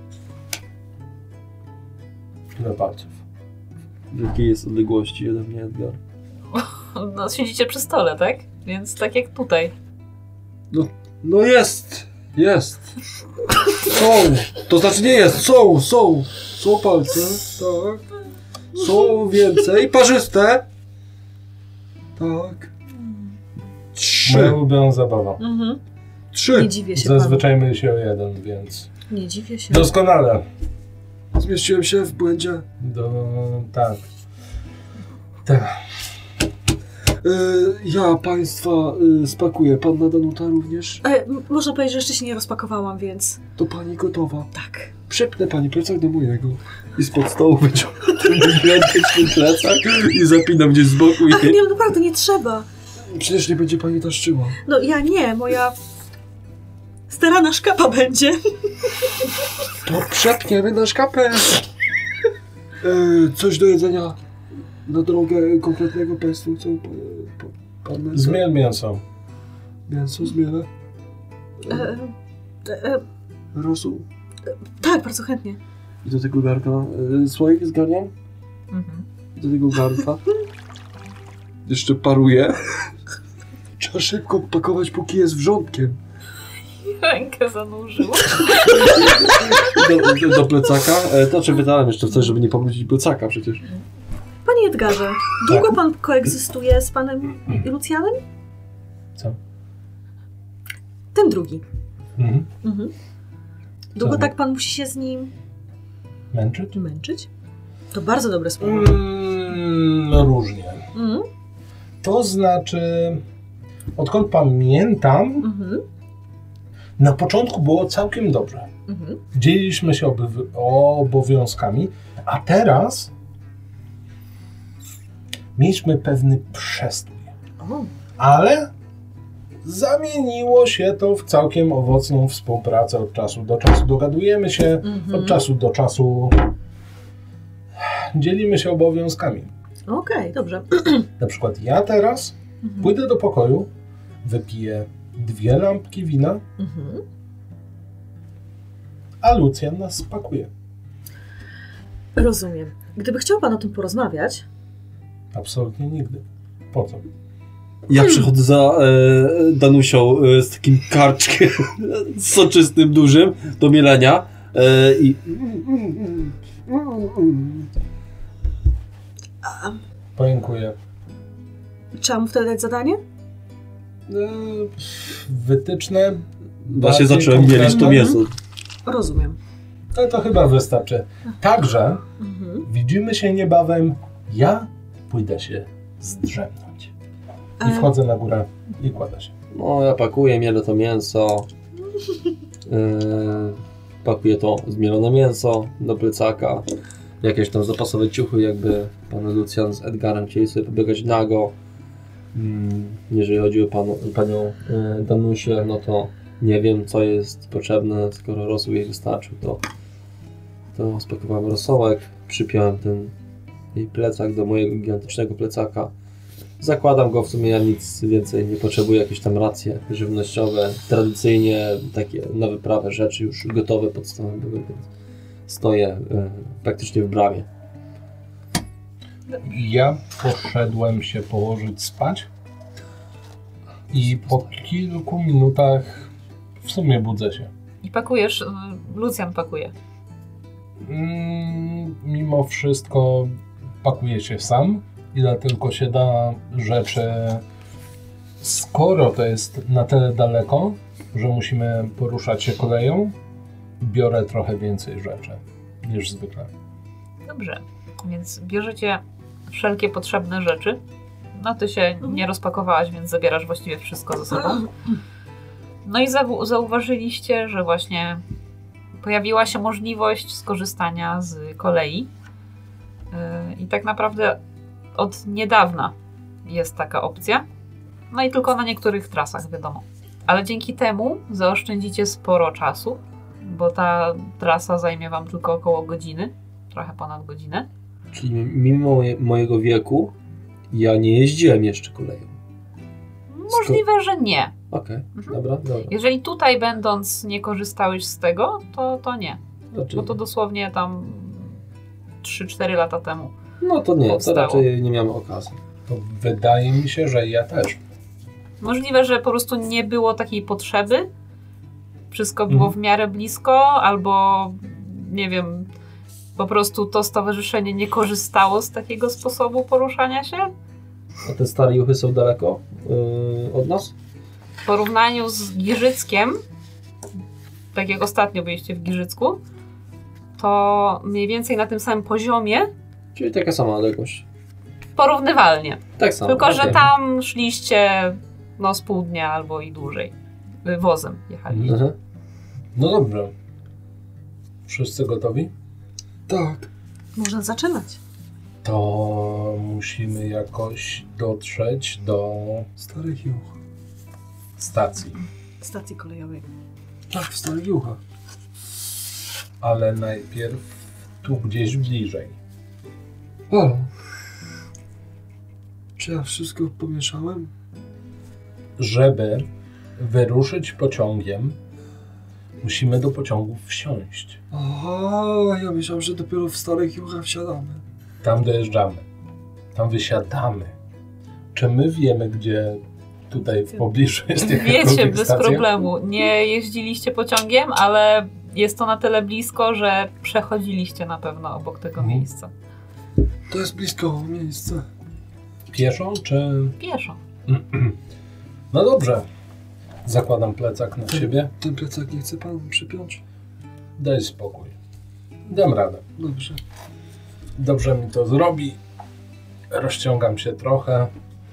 Ile palców? W jakiej jest odległości ode mnie, Edgar? No, siedzicie przy stole, tak? Więc tak jak tutaj. No jest! Są! To znaczy nie jest, są! Są palce, tak. Są więcej, parzyste. Tak. 3. Moja ulubiona zabawa. Mhm. 3. Nie dziwię się panu. Zazwyczaj myli się o jeden, więc... Nie dziwię się. Doskonale. Zmieściłem się w błędzie. Tak. Ja państwa spakuję. Panna Danuta również? Można powiedzieć, że jeszcze się nie rozpakowałam, więc... To pani gotowa. Tak. Przepnę pani plecak do mojego. I spod stołu wyciągnę ten gigantyczny plecak i zapinam gdzieś z boku. Ach, nie, naprawdę nie trzeba. Przecież nie będzie pani taszczyła. No ja nie, moja starana szkapa będzie. To przepniemy na szkapę. Coś do jedzenia na drogę konkretnego państwu, co pan... Zmiel mięso. Mięso zmielę. Rosół. Tak, bardzo chętnie. I do tego garnka słoik z garnią. Mhm. I do tego garnka. Jeszcze paruje. Trzeba szybko pakować, póki jest wrzątkiem. Rękę zanurzył. Do plecaka? To czy wydałem jeszcze coś, żeby nie pomylić plecaka przecież. Panie Edgarze, długo pan koegzystuje z panem Lucjanem? Co? Ten drugi. Mhm. Długo Co? tak pan musi się z nim Męczyć? To bardzo dobre słowo. No różnie. To znaczy, odkąd pamiętam, na początku było całkiem dobrze. Dzieliliśmy się obowiązkami, a teraz mieliśmy pewny przestój. Ale zamieniło się to w całkiem owocną współpracę od czasu do czasu. Dogadujemy się, od czasu do czasu dzielimy się obowiązkami. Okej, dobrze. Na przykład ja teraz pójdę do pokoju, wypiję 2 lampki wina, a Lucjan nas spakuje. Rozumiem. Gdyby chciał pan o tym porozmawiać... Absolutnie nigdy. Po co? Ja przychodzę za Danusią z takim karczkiem soczystym, dużym do mielenia i... Podziękuję. Trzeba mu wtedy dać zadanie? Wytyczne. Właśnie zacząłem mielić to mięso. Rozumiem. No to chyba wystarczy. Także widzimy się niebawem. Ja pójdę się zdrzemnąć. I wchodzę na górę i kładę się. No, ja pakuję, mielę to mięso. Pakuję to zmielone mięso do plecaka. Jakieś tam zapasowe ciuchy, jakby pan Lucjan z Edgarem chcieli sobie pobiegać nago. Jeżeli chodzi o panią Danusię, no to nie wiem, co jest potrzebne. Skoro rosół jej wystarczył, to spakowałem rosołek, przypiąłem ten jej plecak do mojego gigantycznego plecaka. Zakładam go, w sumie ja nic więcej nie potrzebuję, jakieś tam racje żywnościowe, tradycyjnie takie na wyprawę rzeczy już gotowe, podstawowe, więc stoję praktycznie w bramie. Ja poszedłem się położyć spać i po kilku minutach w sumie budzę się. I pakujesz, Lucjan pakuje. Mimo wszystko pakuję się sam, ile tylko się da rzeczy. Skoro to jest na tyle daleko, że musimy poruszać się koleją, biorę trochę więcej rzeczy niż zwykle. Dobrze, więc bierzecie wszelkie potrzebne rzeczy. No ty się nie rozpakowałaś, więc zabierasz właściwie wszystko ze sobą. No i zauważyliście, że właśnie pojawiła się możliwość skorzystania z kolei. I tak naprawdę od niedawna jest taka opcja. No i tylko na niektórych trasach, wiadomo. Ale dzięki temu zaoszczędzicie sporo czasu, bo ta trasa zajmie wam tylko około godziny, trochę ponad godzinę. Czyli mimo mojego wieku ja nie jeździłem jeszcze koleją. Możliwe, że nie. Okej, dobra. Jeżeli tutaj będąc nie korzystałeś z tego, to nie. Bo to dosłownie tam 3-4 lata temu. No to nie, powstało. To raczej nie miałem okazji. To wydaje mi się, że ja też. Możliwe, że po prostu nie było takiej potrzeby. Wszystko było w miarę blisko, albo nie wiem, po prostu to stowarzyszenie nie korzystało z takiego sposobu poruszania się. A te stare juchy są daleko od nas? W porównaniu z Giżyckiem, tak jak ostatnio byliście w Giżycku, to mniej więcej na tym samym poziomie. Czyli taka sama odległość. Porównywalnie. Tak samo. Tylko, że tam szliście z pół dnia albo i dłużej. Wozem jechali. No dobrze. Wszyscy gotowi? Tak. Można zaczynać. To musimy jakoś dotrzeć do Starych juch. stacji. Stacji kolejowej. Tak, w Starych Juchach. Ale najpierw tu gdzieś bliżej. Halo. Czy ja wszystko pomieszałem? Żeby wyruszyć pociągiem, musimy do pociągu wsiąść. Aha, ja myślałem, że dopiero w Starych Juchach wsiadamy. Tam dojeżdżamy. Tam wysiadamy. Czy my wiemy, gdzie tutaj w pobliżu jest jakakolwiek Wiecie, bez stacja? problemu. Nie jeździliście pociągiem, ale jest to na tyle blisko, że przechodziliście na pewno obok tego miejsca. To jest blisko miejsce. Pieszą czy... Pieszo. No dobrze. Zakładam plecak na siebie. Ten plecak nie chce pan przypiąć? Daj spokój. Dam radę. Dobrze. Dobrze mi to zrobi. Rozciągam się trochę.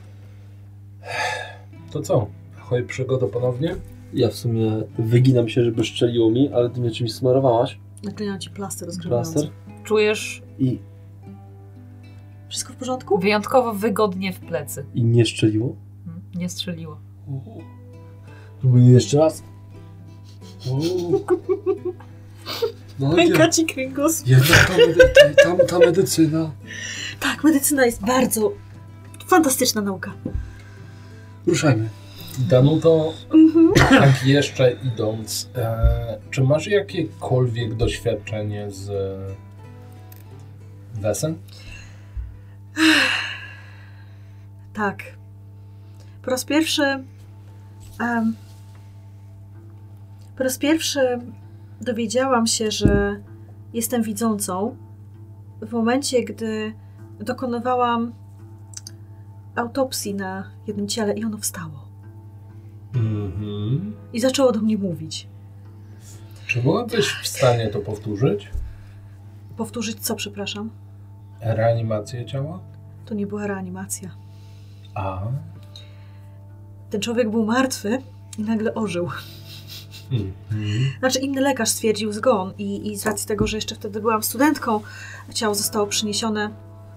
To co? Ahoj, przygoda ponownie? Ja w sumie wyginam się, żeby szczeliło mi, ale ty mnie czymś smarowałaś. Naklejam ci plaster rozgrzebiający. Plaster. Czujesz I Wszystko w porządku? wyjątkowo wygodnie w plecy. nie szczeliło? Nie strzeliło. Próbuję jeszcze raz. No, Pęka ci kręgosłup. jednak ta medycyna. Tak, medycyna jest bardzo fantastyczna nauka. Ruszajmy. Danuto, tak jeszcze idąc, czy masz jakiekolwiek doświadczenie z Wesen? Tak. Po raz pierwszy dowiedziałam się, że jestem widzącą w momencie, gdy dokonywałam autopsji na jednym ciele i ono wstało. I zaczęło do mnie mówić. Czy byłabyś w stanie to powtórzyć? Powtórzyć co, przepraszam? Reanimację ciała? To nie była reanimacja. A. Ten człowiek był martwy i nagle ożył. Znaczy inny lekarz stwierdził zgon i z racji tego, że jeszcze wtedy byłam studentką, ciało zostało przyniesione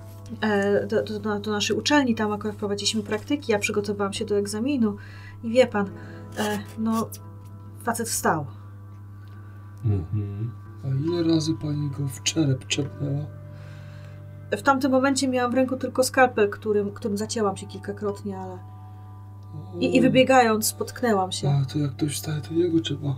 do naszej uczelni, tam akurat prowadziliśmy praktyki, ja przygotowałam się do egzaminu i wie pan, facet wstał. A ile razy pani go w czerep czepnęła? W tamtym momencie miałam w ręku tylko skalpel, którym zacięłam się kilkakrotnie, ale... I wybiegając spotknęłam się. A to jak ktoś wstaje, to jego trzeba.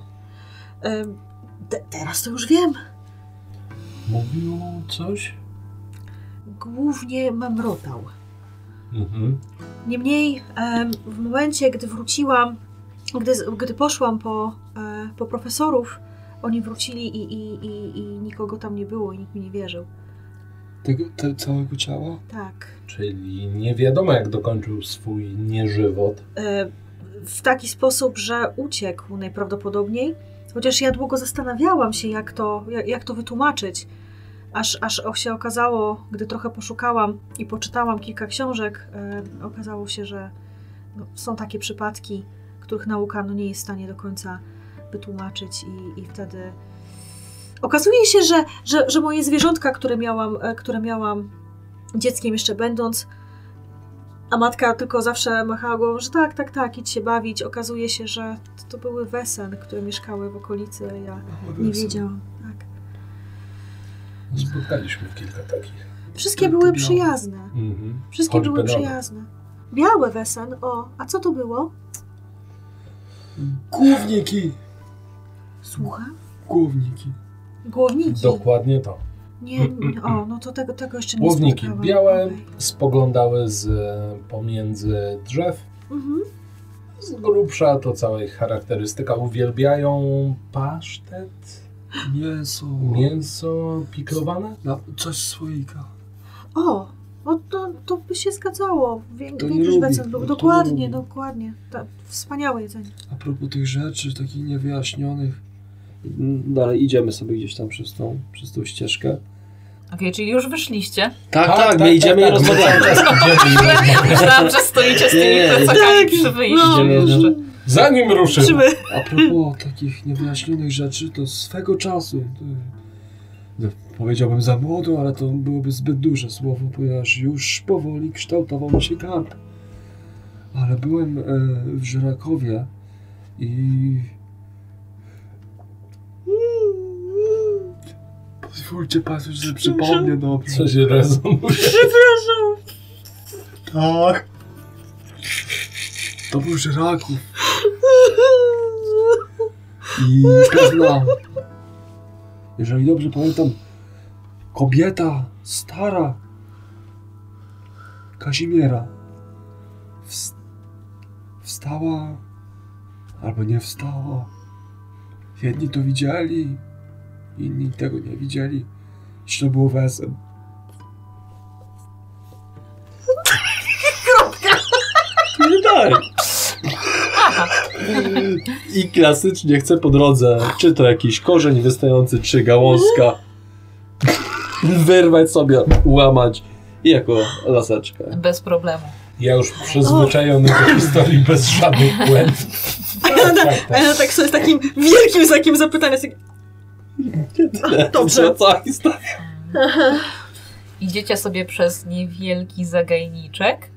Teraz to już wiem. Mówił coś? Głównie mamrotał. Niemniej w momencie, gdy wróciłam, gdy poszłam po profesorów, oni wrócili i nikogo tam nie było i nikt mi nie wierzył. Tego całego ciała? Tak. Czyli nie wiadomo, jak dokończył swój nieżywot. W taki sposób, że uciekł najprawdopodobniej, chociaż ja długo zastanawiałam się, jak to wytłumaczyć. Aż się okazało, gdy trochę poszukałam i poczytałam kilka książek, okazało się, że są takie przypadki, których nauka nie jest w stanie do końca wytłumaczyć i wtedy okazuje się, że moje zwierzątka, które miałam dzieckiem jeszcze będąc, a matka tylko zawsze machała głową, że tak, idź się bawić. Okazuje się, że to były wesen, które mieszkały w okolicy, ja nie wiedziałam. Tak. Spotkaliśmy kilka takich. Wszystkie były przyjazne. Wszystkie były przyjazne. Białe wesen, a co to było? Głowniki! Słucham? Głowniki. Głowniki? Dokładnie to. Nie, no to tego jeszcze nie Głowniki spotkałam. białe Okay. spoglądały pomiędzy drzew. Z grubsza to cała ich charakterystyka. Uwielbiają pasztet, mięso piklowane. Coś z słoika. To by się zgadzało. To nie Większość lubi. wesen był. To Dokładnie. Wspaniałe jedzenie. A propos tych rzeczy takich niewyjaśnionych. Dalej idziemy sobie gdzieś tam przez tą ścieżkę. Okej, czyli już wyszliście. Tak, my idziemy i rozmawiamy. Myślałam, że stoicie z tymi plecakami przy wyjściu jeszcze. Zanim ruszymy. A propos takich niewyjaśnionych rzeczy, to swego czasu, powiedziałbym za młodo, ale to byłoby zbyt duże słowo, ponieważ już powoli kształtował mi się kamp. Ale byłem w Żyrakowie i... Pozwólcie Państwo, że przypomnę dobrze. Co się rezonuje? Przepraszam. Tak. To był Żyraków. I pewna, jeżeli dobrze pamiętam, kobieta stara Kazimiera wstała albo nie wstała. Jedni to widzieli, inni tego nie widzieli. Jeśli to było wesen. Nie tak. I klasycznie chcę po drodze, czy to jakiś korzeń wystający, czy gałązka, wyrwać sobie, ułamać i jako laseczkę. Bez problemu. Ja już przyzwyczajony do historii bez żadnych błędów. A ja tak sobie z takim wielkim znakiem zapytania. Dobrze. Cała historia. Idziecie sobie przez niewielki zagajniczek,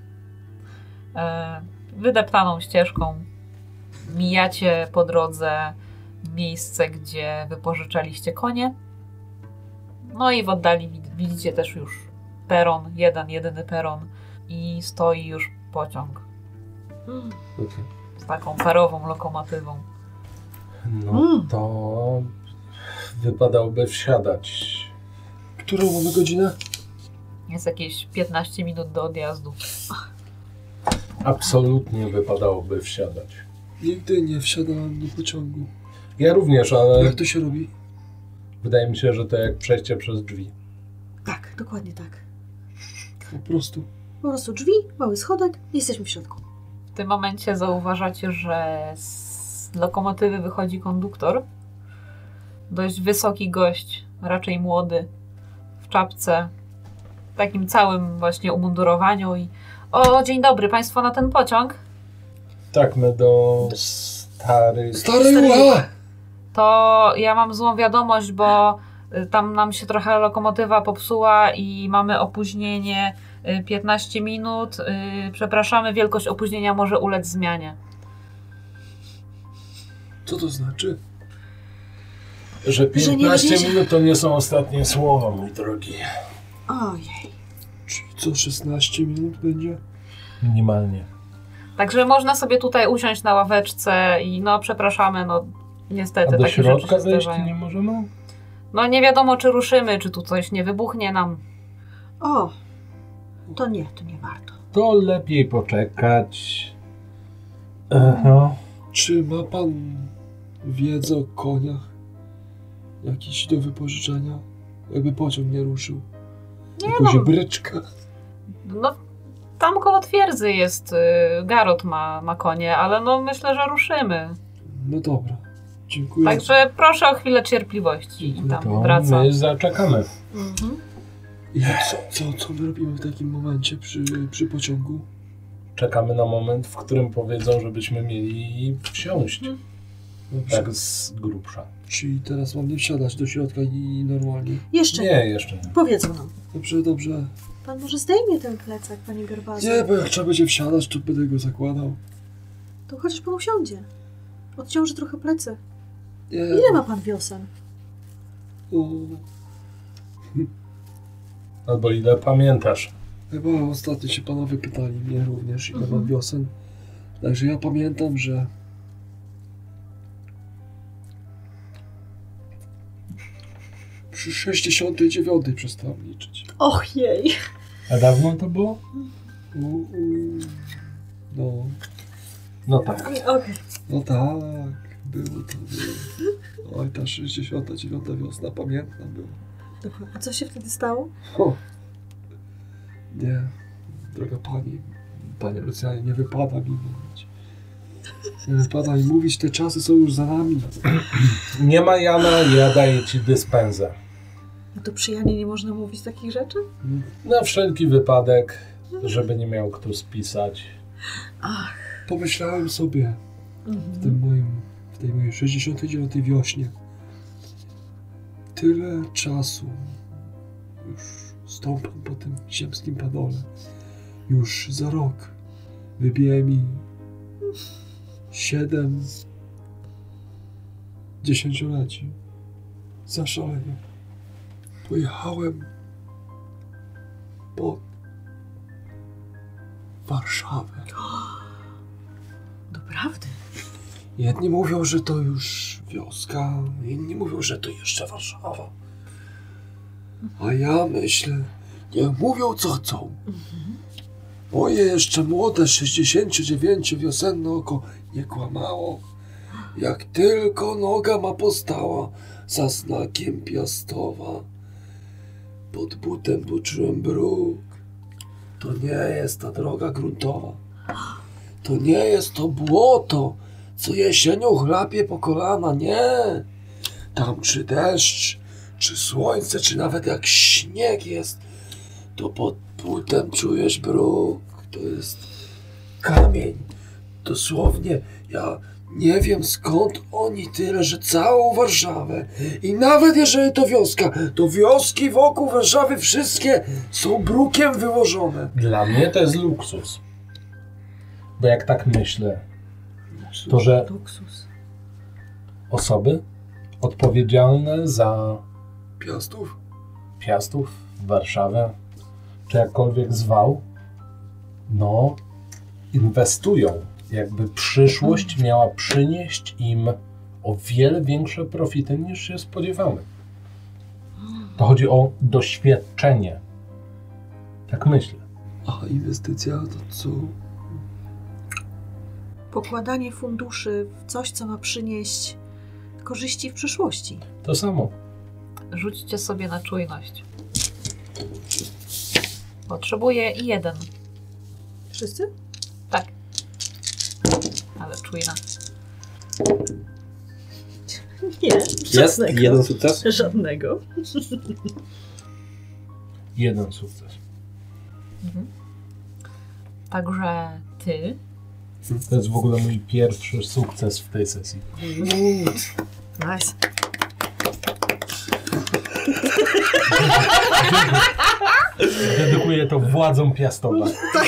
wydeptaną ścieżką. Mijacie po drodze miejsce, gdzie wypożyczaliście konie. No i w oddali widzicie też już peron, jedyny peron i stoi już pociąg z taką parową lokomotywą. No to wypadałoby wsiadać. Którą mamy godzinę? Jest jakieś 15 minut do odjazdu. Absolutnie wypadałoby wsiadać. Nigdy nie wsiadałem do pociągu. Ja również, ale Jak to się robi? wydaje mi się, że to jak przejście przez drzwi. Tak, dokładnie tak. Po prostu. Po prostu drzwi, mały schodek i jesteśmy w środku. W tym momencie zauważacie, że z lokomotywy wychodzi konduktor. dość wysoki gość, raczej młody, w czapce, w takim całym właśnie umundurowaniu i o, dzień dobry, państwo na ten pociąg? Tak, my do Stary Ła! To ja mam złą wiadomość, bo tam nam się trochę lokomotywa popsuła i mamy opóźnienie 15 minut. Przepraszamy, wielkość opóźnienia może ulec zmianie. Co to znaczy? Że 15 nie minut to nie są ostatnie słowa, mój drogi. Ojej. Czyli co, 16 minut będzie? Minimalnie. Także można sobie tutaj usiąść na ławeczce i no przepraszamy, no niestety A do takie rzeczy środka się wejść zdarzają. nie możemy? No nie wiadomo, czy ruszymy, czy tu coś nie wybuchnie nam. O, to nie warto. To lepiej poczekać. Aha. Czy ma pan wiedzę o koniach? Jakiś do wypożyczenia? Jakby pociąg nie ruszył. Jakąś bryczkę. No tam koło twierdzy jest, Garot ma konie, ale no myślę, że ruszymy. No dobra. Dziękuję. Także proszę o chwilę cierpliwości i tam To wraca. my zaczekamy. Mhm. I co my robimy w takim momencie przy pociągu? Czekamy na moment, w którym powiedzą, żebyśmy mieli wsiąść. Dobrze. Tak z grubsza. Czyli teraz mam nie wsiadać do środka i normalnie? Jeszcze Nie, jeszcze nie. powiedzą nam. Dobrze. Pan może zdejmie ten plecak, panie Gerwazy. Nie, bo jak trzeba będzie wsiadać, to będę go zakładał. To chociaż pan usiądzie. Odciąży trochę plecy. Nie. Ile ma pan wiosen? O, Albo ile pamiętasz. chyba ostatnio się panowie pytali mnie również, ile mam wiosen. Także ja pamiętam, że... Przy 69 przestałem liczyć. Och jej. A dawno to było? No, No tak. Okej. no tak, było. Oj, ta 69 wiosna, pamiętam, było. Dobra. A co się wtedy stało? O. Nie, droga pani, panie Lucjanie, nie wypada mi mówić. Nie wypada mi mówić, te czasy są już za nami. Nie ma Jana, ja daję ci dyspensę. No to przy Janie nie można mówić takich rzeczy? Na wszelki wypadek, żeby nie miał kto spisać. Ach. Pomyślałem sobie w tej mojej 69 wiośnie. Tyle czasu już stąpam po tym ziemskim padole. Już za rok wybije mi 7 dziesięcioleci. Zaszalenie. Pojechałem pod Warszawę. Doprawdy? Jedni mówią, że to już wioska, inni mówią, że to jeszcze Warszawa. A ja myślę, niech mówią co chcą. Moje jeszcze młode 69 wiosenne oko nie kłamało. Jak tylko noga ma postała za znakiem Piastowa. Pod butem poczułem bruk. To nie jest ta droga gruntowa. To nie jest to błoto, co jesienią chlapie po kolana, nie. Tam czy deszcz, czy słońce, czy nawet jak śnieg jest, to pod butem czujesz bruk. To jest kamień. Dosłownie, ja nie wiem skąd oni tyle, że całą Warszawę i nawet jeżeli to wioska, to wioski wokół Warszawy wszystkie są brukiem wyłożone. Dla mnie to jest luksus. Bo jak tak myślę, to że Luksus. osoby odpowiedzialne za Piastów, Warszawę, czy jakkolwiek zwał, no, inwestują, jakby przyszłość miała przynieść im o wiele większe profity niż się spodziewamy. To chodzi o doświadczenie. Tak myślę. A inwestycja to co? Pokładanie funduszy w coś, co ma przynieść korzyści w przyszłości. To samo. Rzućcie sobie na czujność. Potrzebuję 1. Wszyscy? Tak. Ale czujna. Nie, Jest żadnego. jeden sukces? Żadnego. Jeden sukces. Także ty. To jest w ogóle mój pierwszy sukces w tej sesji. Nice. Dedykuję to władzom Piastowa.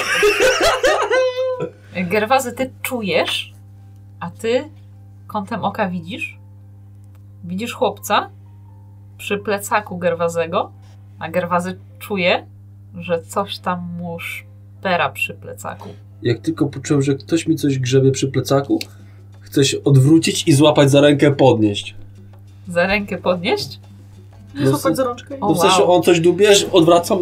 Gerwazy, ty czujesz, a ty kątem oka widzisz? Widzisz chłopca przy plecaku Gerwazego, a Gerwazy czuje, że coś tam mu szpera przy plecaku. Jak tylko poczułem, że ktoś mi coś grzebie przy plecaku, chcę się odwrócić i złapać za rękę, podnieść. Za rękę podnieść? Złapać za rączkę. O, No w sensie wow. on coś dubierz, odwracam.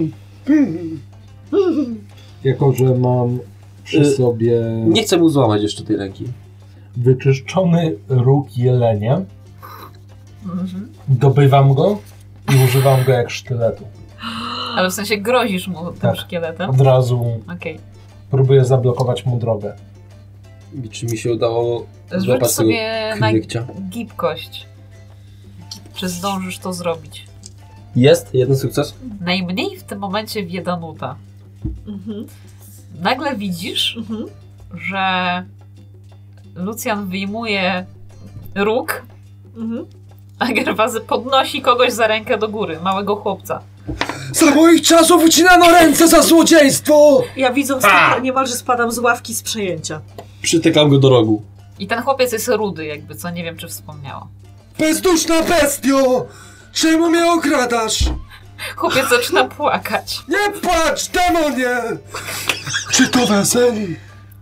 Jako, że mam przy sobie Nie chcę mu złamać jeszcze tej ręki. wyczyszczony róg jelenia, Mhm. dobywam go i używam go jak sztyletu. Ale w sensie grozisz mu tym Tak. szkieletem? Od razu Okej. próbuję zablokować mu drogę. I czy mi się udało Rzuć złapać tego sobie na knykcia? gibkość. Czy zdążysz to zrobić? Jest, jeden sukces. Najmniej w tym momencie wiedanuta. Mhm. Nagle widzisz, Mhm. że Lucjan wyjmuje róg, Mhm. a Gerwazy podnosi kogoś za rękę do góry, małego chłopca. Za moich czasów ucinano ręce za złodziejstwo! Ja widząc to, niemalże spadam z ławki z przejęcia. Przytykam go do rogu. I ten chłopiec jest rudy, jakby co, nie wiem czy wspomniała. Bezduszna bestio! Czemu mnie okradasz? Chłopiec zaczyna płakać. Nie płacz, demonie! Czy to weseli?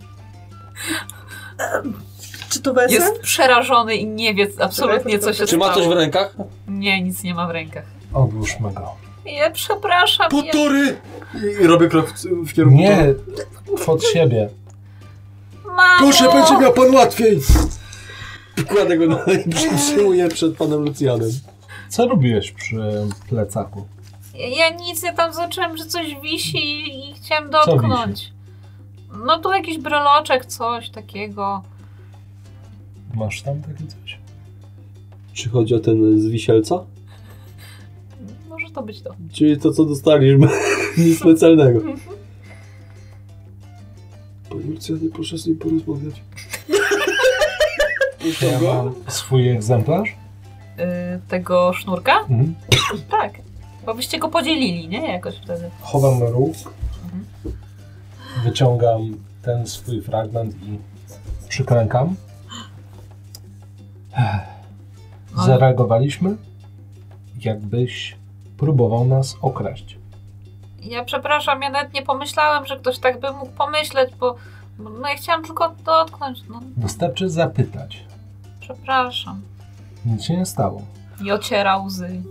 Czy to wesel? Jest przerażony i nie wie absolutnie co się Czy ma coś w stało. rękach? Nie, nic nie ma w rękach. Odłóżmy go. Ja przepraszam. Ja... Potwory! I robię krok w kierunku. Nie, od siebie. Mamo! Proszę, będzie miał pan łatwiej! Kładę go i przytrzymuję przed panem Lucjanem. Co robiłeś przy plecaku? Ja nic, ja tam zobaczyłem, że coś wisi i chciałem dotknąć. No tu jakiś breloczek, coś takiego. Masz tam takie coś? Czy chodzi o ten z wisielca? Może to być to. Czyli to, co dostaliśmy. Nic specjalnego. Panie Lucjanie, proszę z nim porozmawiać. Czy ja mam swój egzemplarz? Tego sznurka? Mhm. Tak. Bo byście go podzielili, nie? Jakoś wtedy. Chowam róg, wyciągam ten swój fragment i przyklękam. Zareagowaliśmy, jakbyś próbował nas okraść. Ja przepraszam, ja nawet nie pomyślałem, że ktoś tak by mógł pomyśleć, bo no ja chciałam tylko dotknąć. No, Wystarczy zapytać. przepraszam. Nic się nie stało. I ociera łzy.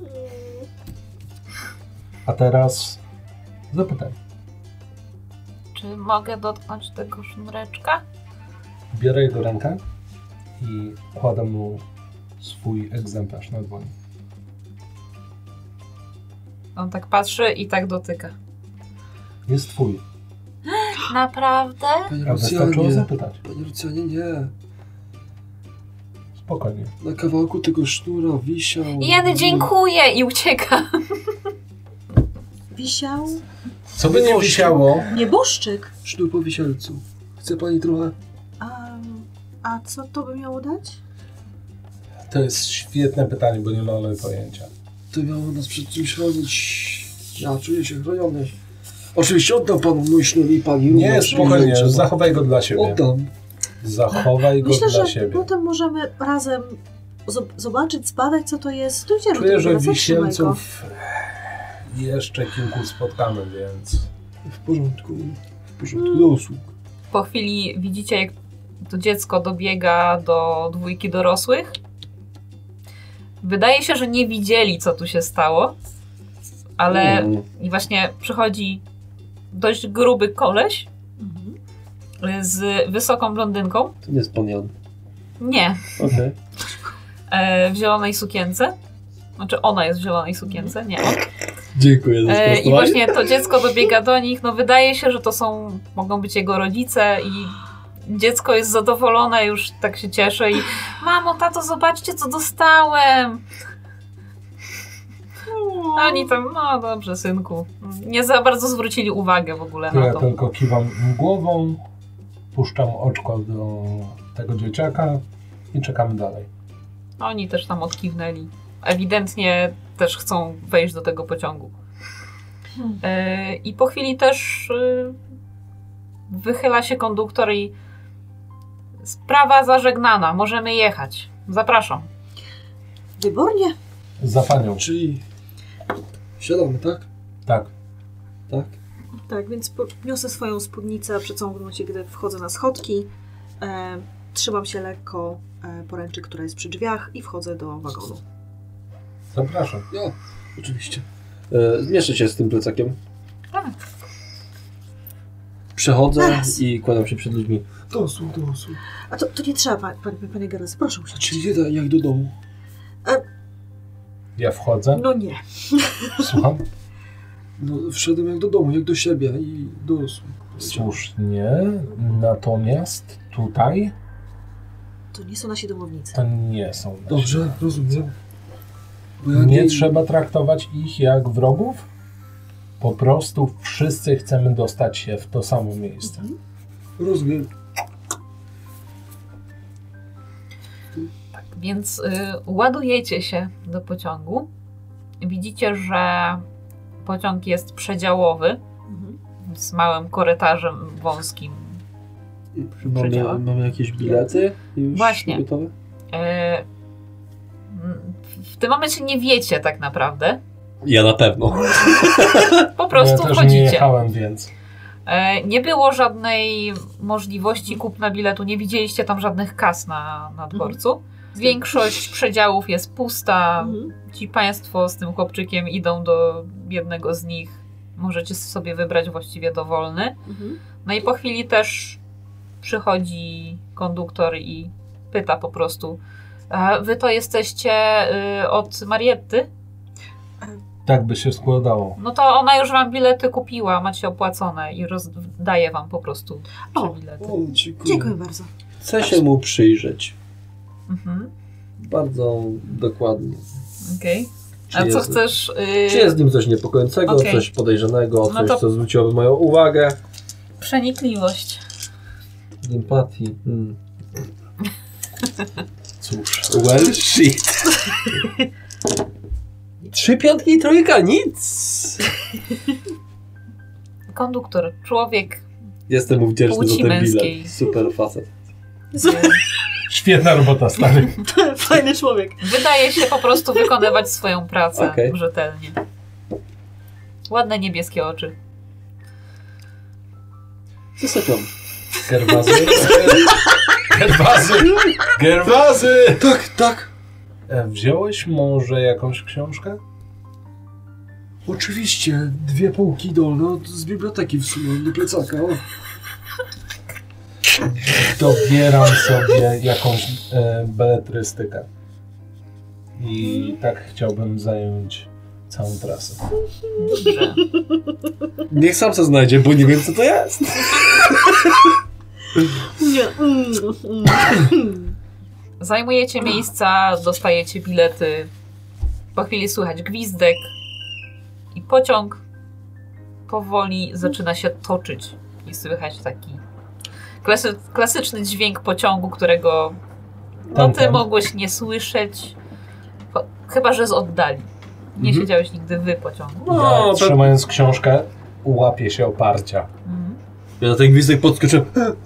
A teraz zapytaj. Czy mogę dotknąć tego sznureczka? Biorę jego rękę i kładę mu swój egzemplarz na dłoni. On tak patrzy i tak dotyka. Jest twój. Naprawdę? Panie A wystarczyło Lucjanie, zapytać. panie Lucjanie, nie. Spokojnie. Na kawałku tego sznura wisiał... Jeny, dziękuję! I ucieka. Wisiał Co by nie wisiało, nieboszczyk. Sznur po wisielcu. Chce pani trochę? A co to by miało dać? to jest świetne pytanie, bo nie mamy pojęcia. To miało nas przed czymś chronić. Ja czuję się chroniony. Oczywiście oddam panu mój sznur i pani Nie, również. spokojnie, Trzeba. zachowaj go dla siebie. Oddam. Zachowaj go Myślę, dla że siebie. potem możemy razem zobaczyć, zbadać, co to jest. Tu idziemy Czuję, do że tego, zatrzymaj go. wisielców jeszcze kilku spotkamy, więc... W porządku. W porządku. Do usług. Po chwili widzicie, jak to dziecko dobiega do dwójki dorosłych. Wydaje się, że nie widzieli, co tu się stało, ale i właśnie przychodzi dość gruby koleś z wysoką blondynką. To nie jest pan Jan. Nie. Okej. W zielonej sukience. Znaczy ona jest w zielonej sukience, nie on. Dziękuję za I sprostowanie. właśnie to dziecko dobiega do nich. No wydaje się, że to mogą być jego rodzice i Dziecko jest zadowolone, już tak się cieszy i mamo, tato, zobaczcie, co dostałem. A oni tam, no dobrze, synku. Nie za bardzo zwrócili uwagę w ogóle na Ja to. tylko kiwam głową, puszczam oczko do tego dzieciaka i czekamy dalej. Oni też tam odkiwnęli. Ewidentnie też chcą wejść do tego pociągu. I po chwili też wychyla się konduktor i sprawa zażegnana, możemy jechać. Zapraszam. Wybornie. Za panią. Czyli siadamy, tak? Tak. Tak? Tak, więc niosę swoją spódnicę, przeciągnąć, gdy wchodzę na schodki. Trzymam się lekko poręczy, która jest przy drzwiach i wchodzę do wagonu. Zapraszam. Ja, oczywiście. Zmieszczę się z tym plecakiem. Tak. Przechodzę Zaraz. i kładam się przed ludźmi. Dosu. A to nie trzeba, panie Geras, proszę usiąść. Czyli nie tak jak do domu. Ja wchodzę. No nie. Słucham? No, wszedłem jak do domu, jak do siebie i dosu. Słusznie. Natomiast tutaj To nie są nasi domownicy. to nie są nasi. Dobrze, rozumiem. Bo ja Nie trzeba traktować ich jak wrogów. Po prostu wszyscy chcemy dostać się w to samo miejsce. Rozumiem. Tak, więc ładujecie się do pociągu. Widzicie, że pociąg jest przedziałowy, z małym korytarzem wąskim. Mamy jakieś bilety już Właśnie. gotowe? W tym momencie nie wiecie tak naprawdę. Ja na pewno. Po prostu ja też wchodzicie. nie jechałem, więc Nie było żadnej możliwości kupna biletu, nie widzieliście tam żadnych kas na dworcu. Większość przedziałów jest pusta. Ci państwo z tym chłopczykiem idą do jednego z nich. Możecie sobie wybrać właściwie dowolny. No i po chwili też przychodzi konduktor i pyta po prostu: wy to jesteście od Marietty? tak by się składało. No to ona już wam bilety kupiła, macie opłacone i daje wam po prostu O. bilety. O, dziękuję. Dziękuję bardzo. Chcę się mu przyjrzeć. Mhm. Bardzo dokładnie. Okej. Czy A co jest- chcesz? Czy jest w nim coś niepokojącego, Okej. coś podejrzanego, No coś, to- co zwróciłoby moją uwagę? Przenikliwość. Empatii. Cóż. Well, shit. 3 piątki i trójka, nic. Konduktor, człowiek. Jestem mu wdzięczny Płci za ten męskiej. bilet. Super facet. Świetna robota, stary. Fajny człowiek. Wydaje się po prostu wykonywać swoją pracę Okej. rzetelnie. Ładne niebieskie oczy. Zasypiam. Gerwazy. Gerwazy. Gerwazy. Tak. Wziąłeś może jakąś książkę? Oczywiście. 2 półki dolne z biblioteki wsunąłem do plecaka. O. Dobieram sobie jakąś beletrystykę. I tak chciałbym zająć całą trasę. Dobrze. Niech sam se znajdzie, bo nie wiem, co to jest. Nie. Zajmujecie miejsca, dostajecie bilety. Po chwili słychać gwizdek i pociąg powoli zaczyna się toczyć. I słychać taki klasyczny dźwięk pociągu, którego no ty mogłeś nie słyszeć. Chyba że z oddali. Nie siedziałeś nigdy w pociągu. No, Ja, trzymając książkę, łapię się oparcia. Ja na ten gwizdek podskoczyłem.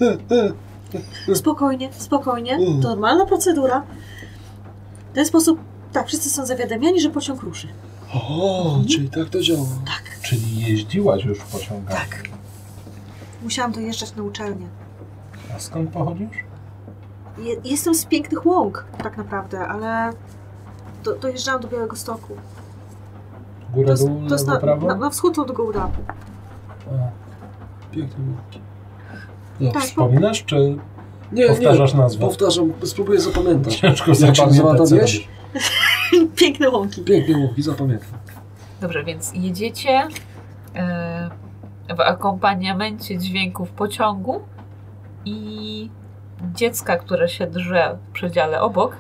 Spokojnie. To normalna procedura. W ten sposób, tak, wszyscy są zawiadamiani, że pociąg ruszy. O, czyli tak to działa. Tak, Czyli jeździłaś już w pociągach. tak. Musiałam dojeżdżać na uczelnię. A skąd pochodzisz? Jestem z pięknych łąk, tak naprawdę, ale dojeżdżałam do Białegostoku. Górę, dół, To jest lewo, prawo? na wschód od Gołdapu. Piękne łódki. Tak, Wspominasz, czy Nie, powtarzasz nazwę? Powtarzam, spróbuję zapamiętać. Ciężko Jak się zapamiętać, nazywa ta co wieś? robisz. Piękne łąki. Piękne łódki, zapamiętam. Dobrze, więc jedziecie w akompaniamencie dźwięków pociągu i dziecka, które się drze w przedziale obok.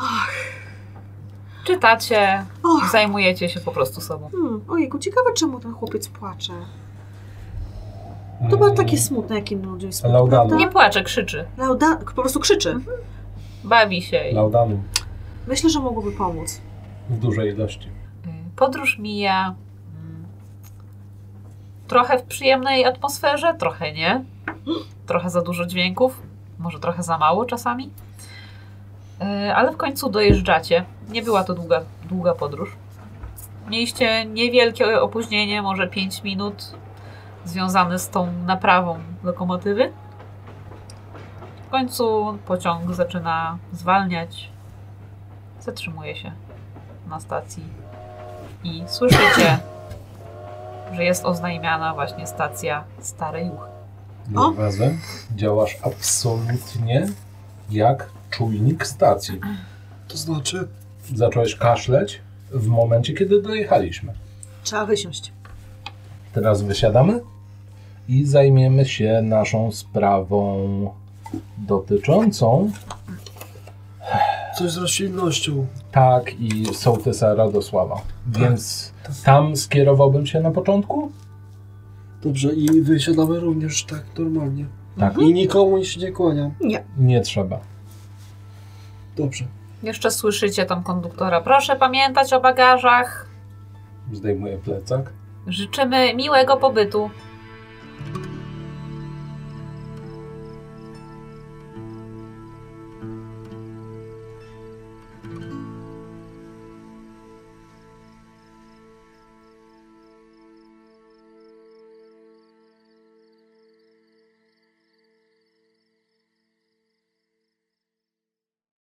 Czytacie, zajmujecie się po prostu sobą. Ojejku, ciekawe czemu ten chłopiec płacze. To było takie smutne, jak innym ludziom smutne, Laudanum. prawda? Nie płacze, krzyczy. Po prostu krzyczy. Bawi się. Laudanum. Myślę, że mogłoby pomóc. W dużej ilości. Podróż mija trochę w przyjemnej atmosferze, trochę nie. Trochę za dużo dźwięków, może trochę za mało czasami. Ale w końcu dojeżdżacie. Nie była to długa podróż. Mieliście niewielkie opóźnienie, może 5 minut, związane z tą naprawą lokomotywy. W końcu pociąg zaczyna zwalniać. Zatrzymuje się na stacji i słyszycie, że jest oznajmiana właśnie stacja Stare Juchy. Razem działasz absolutnie jak czujnik stacji. To znaczy? Zacząłeś kaszleć w momencie, kiedy dojechaliśmy. Trzeba wysiąść. Teraz wysiadamy i zajmiemy się naszą sprawą dotyczącą... Coś z roślinnością. Tak, i sołtysa Radosława. Więc tam skierowałbym się na początku? Dobrze, i wysiadamy również tak normalnie. Tak. I nikomu się nie kłaniam. Nie trzeba. Dobrze. Jeszcze słyszycie tam konduktora. Proszę pamiętać o bagażach. Zdejmuję plecak. Życzymy miłego pobytu.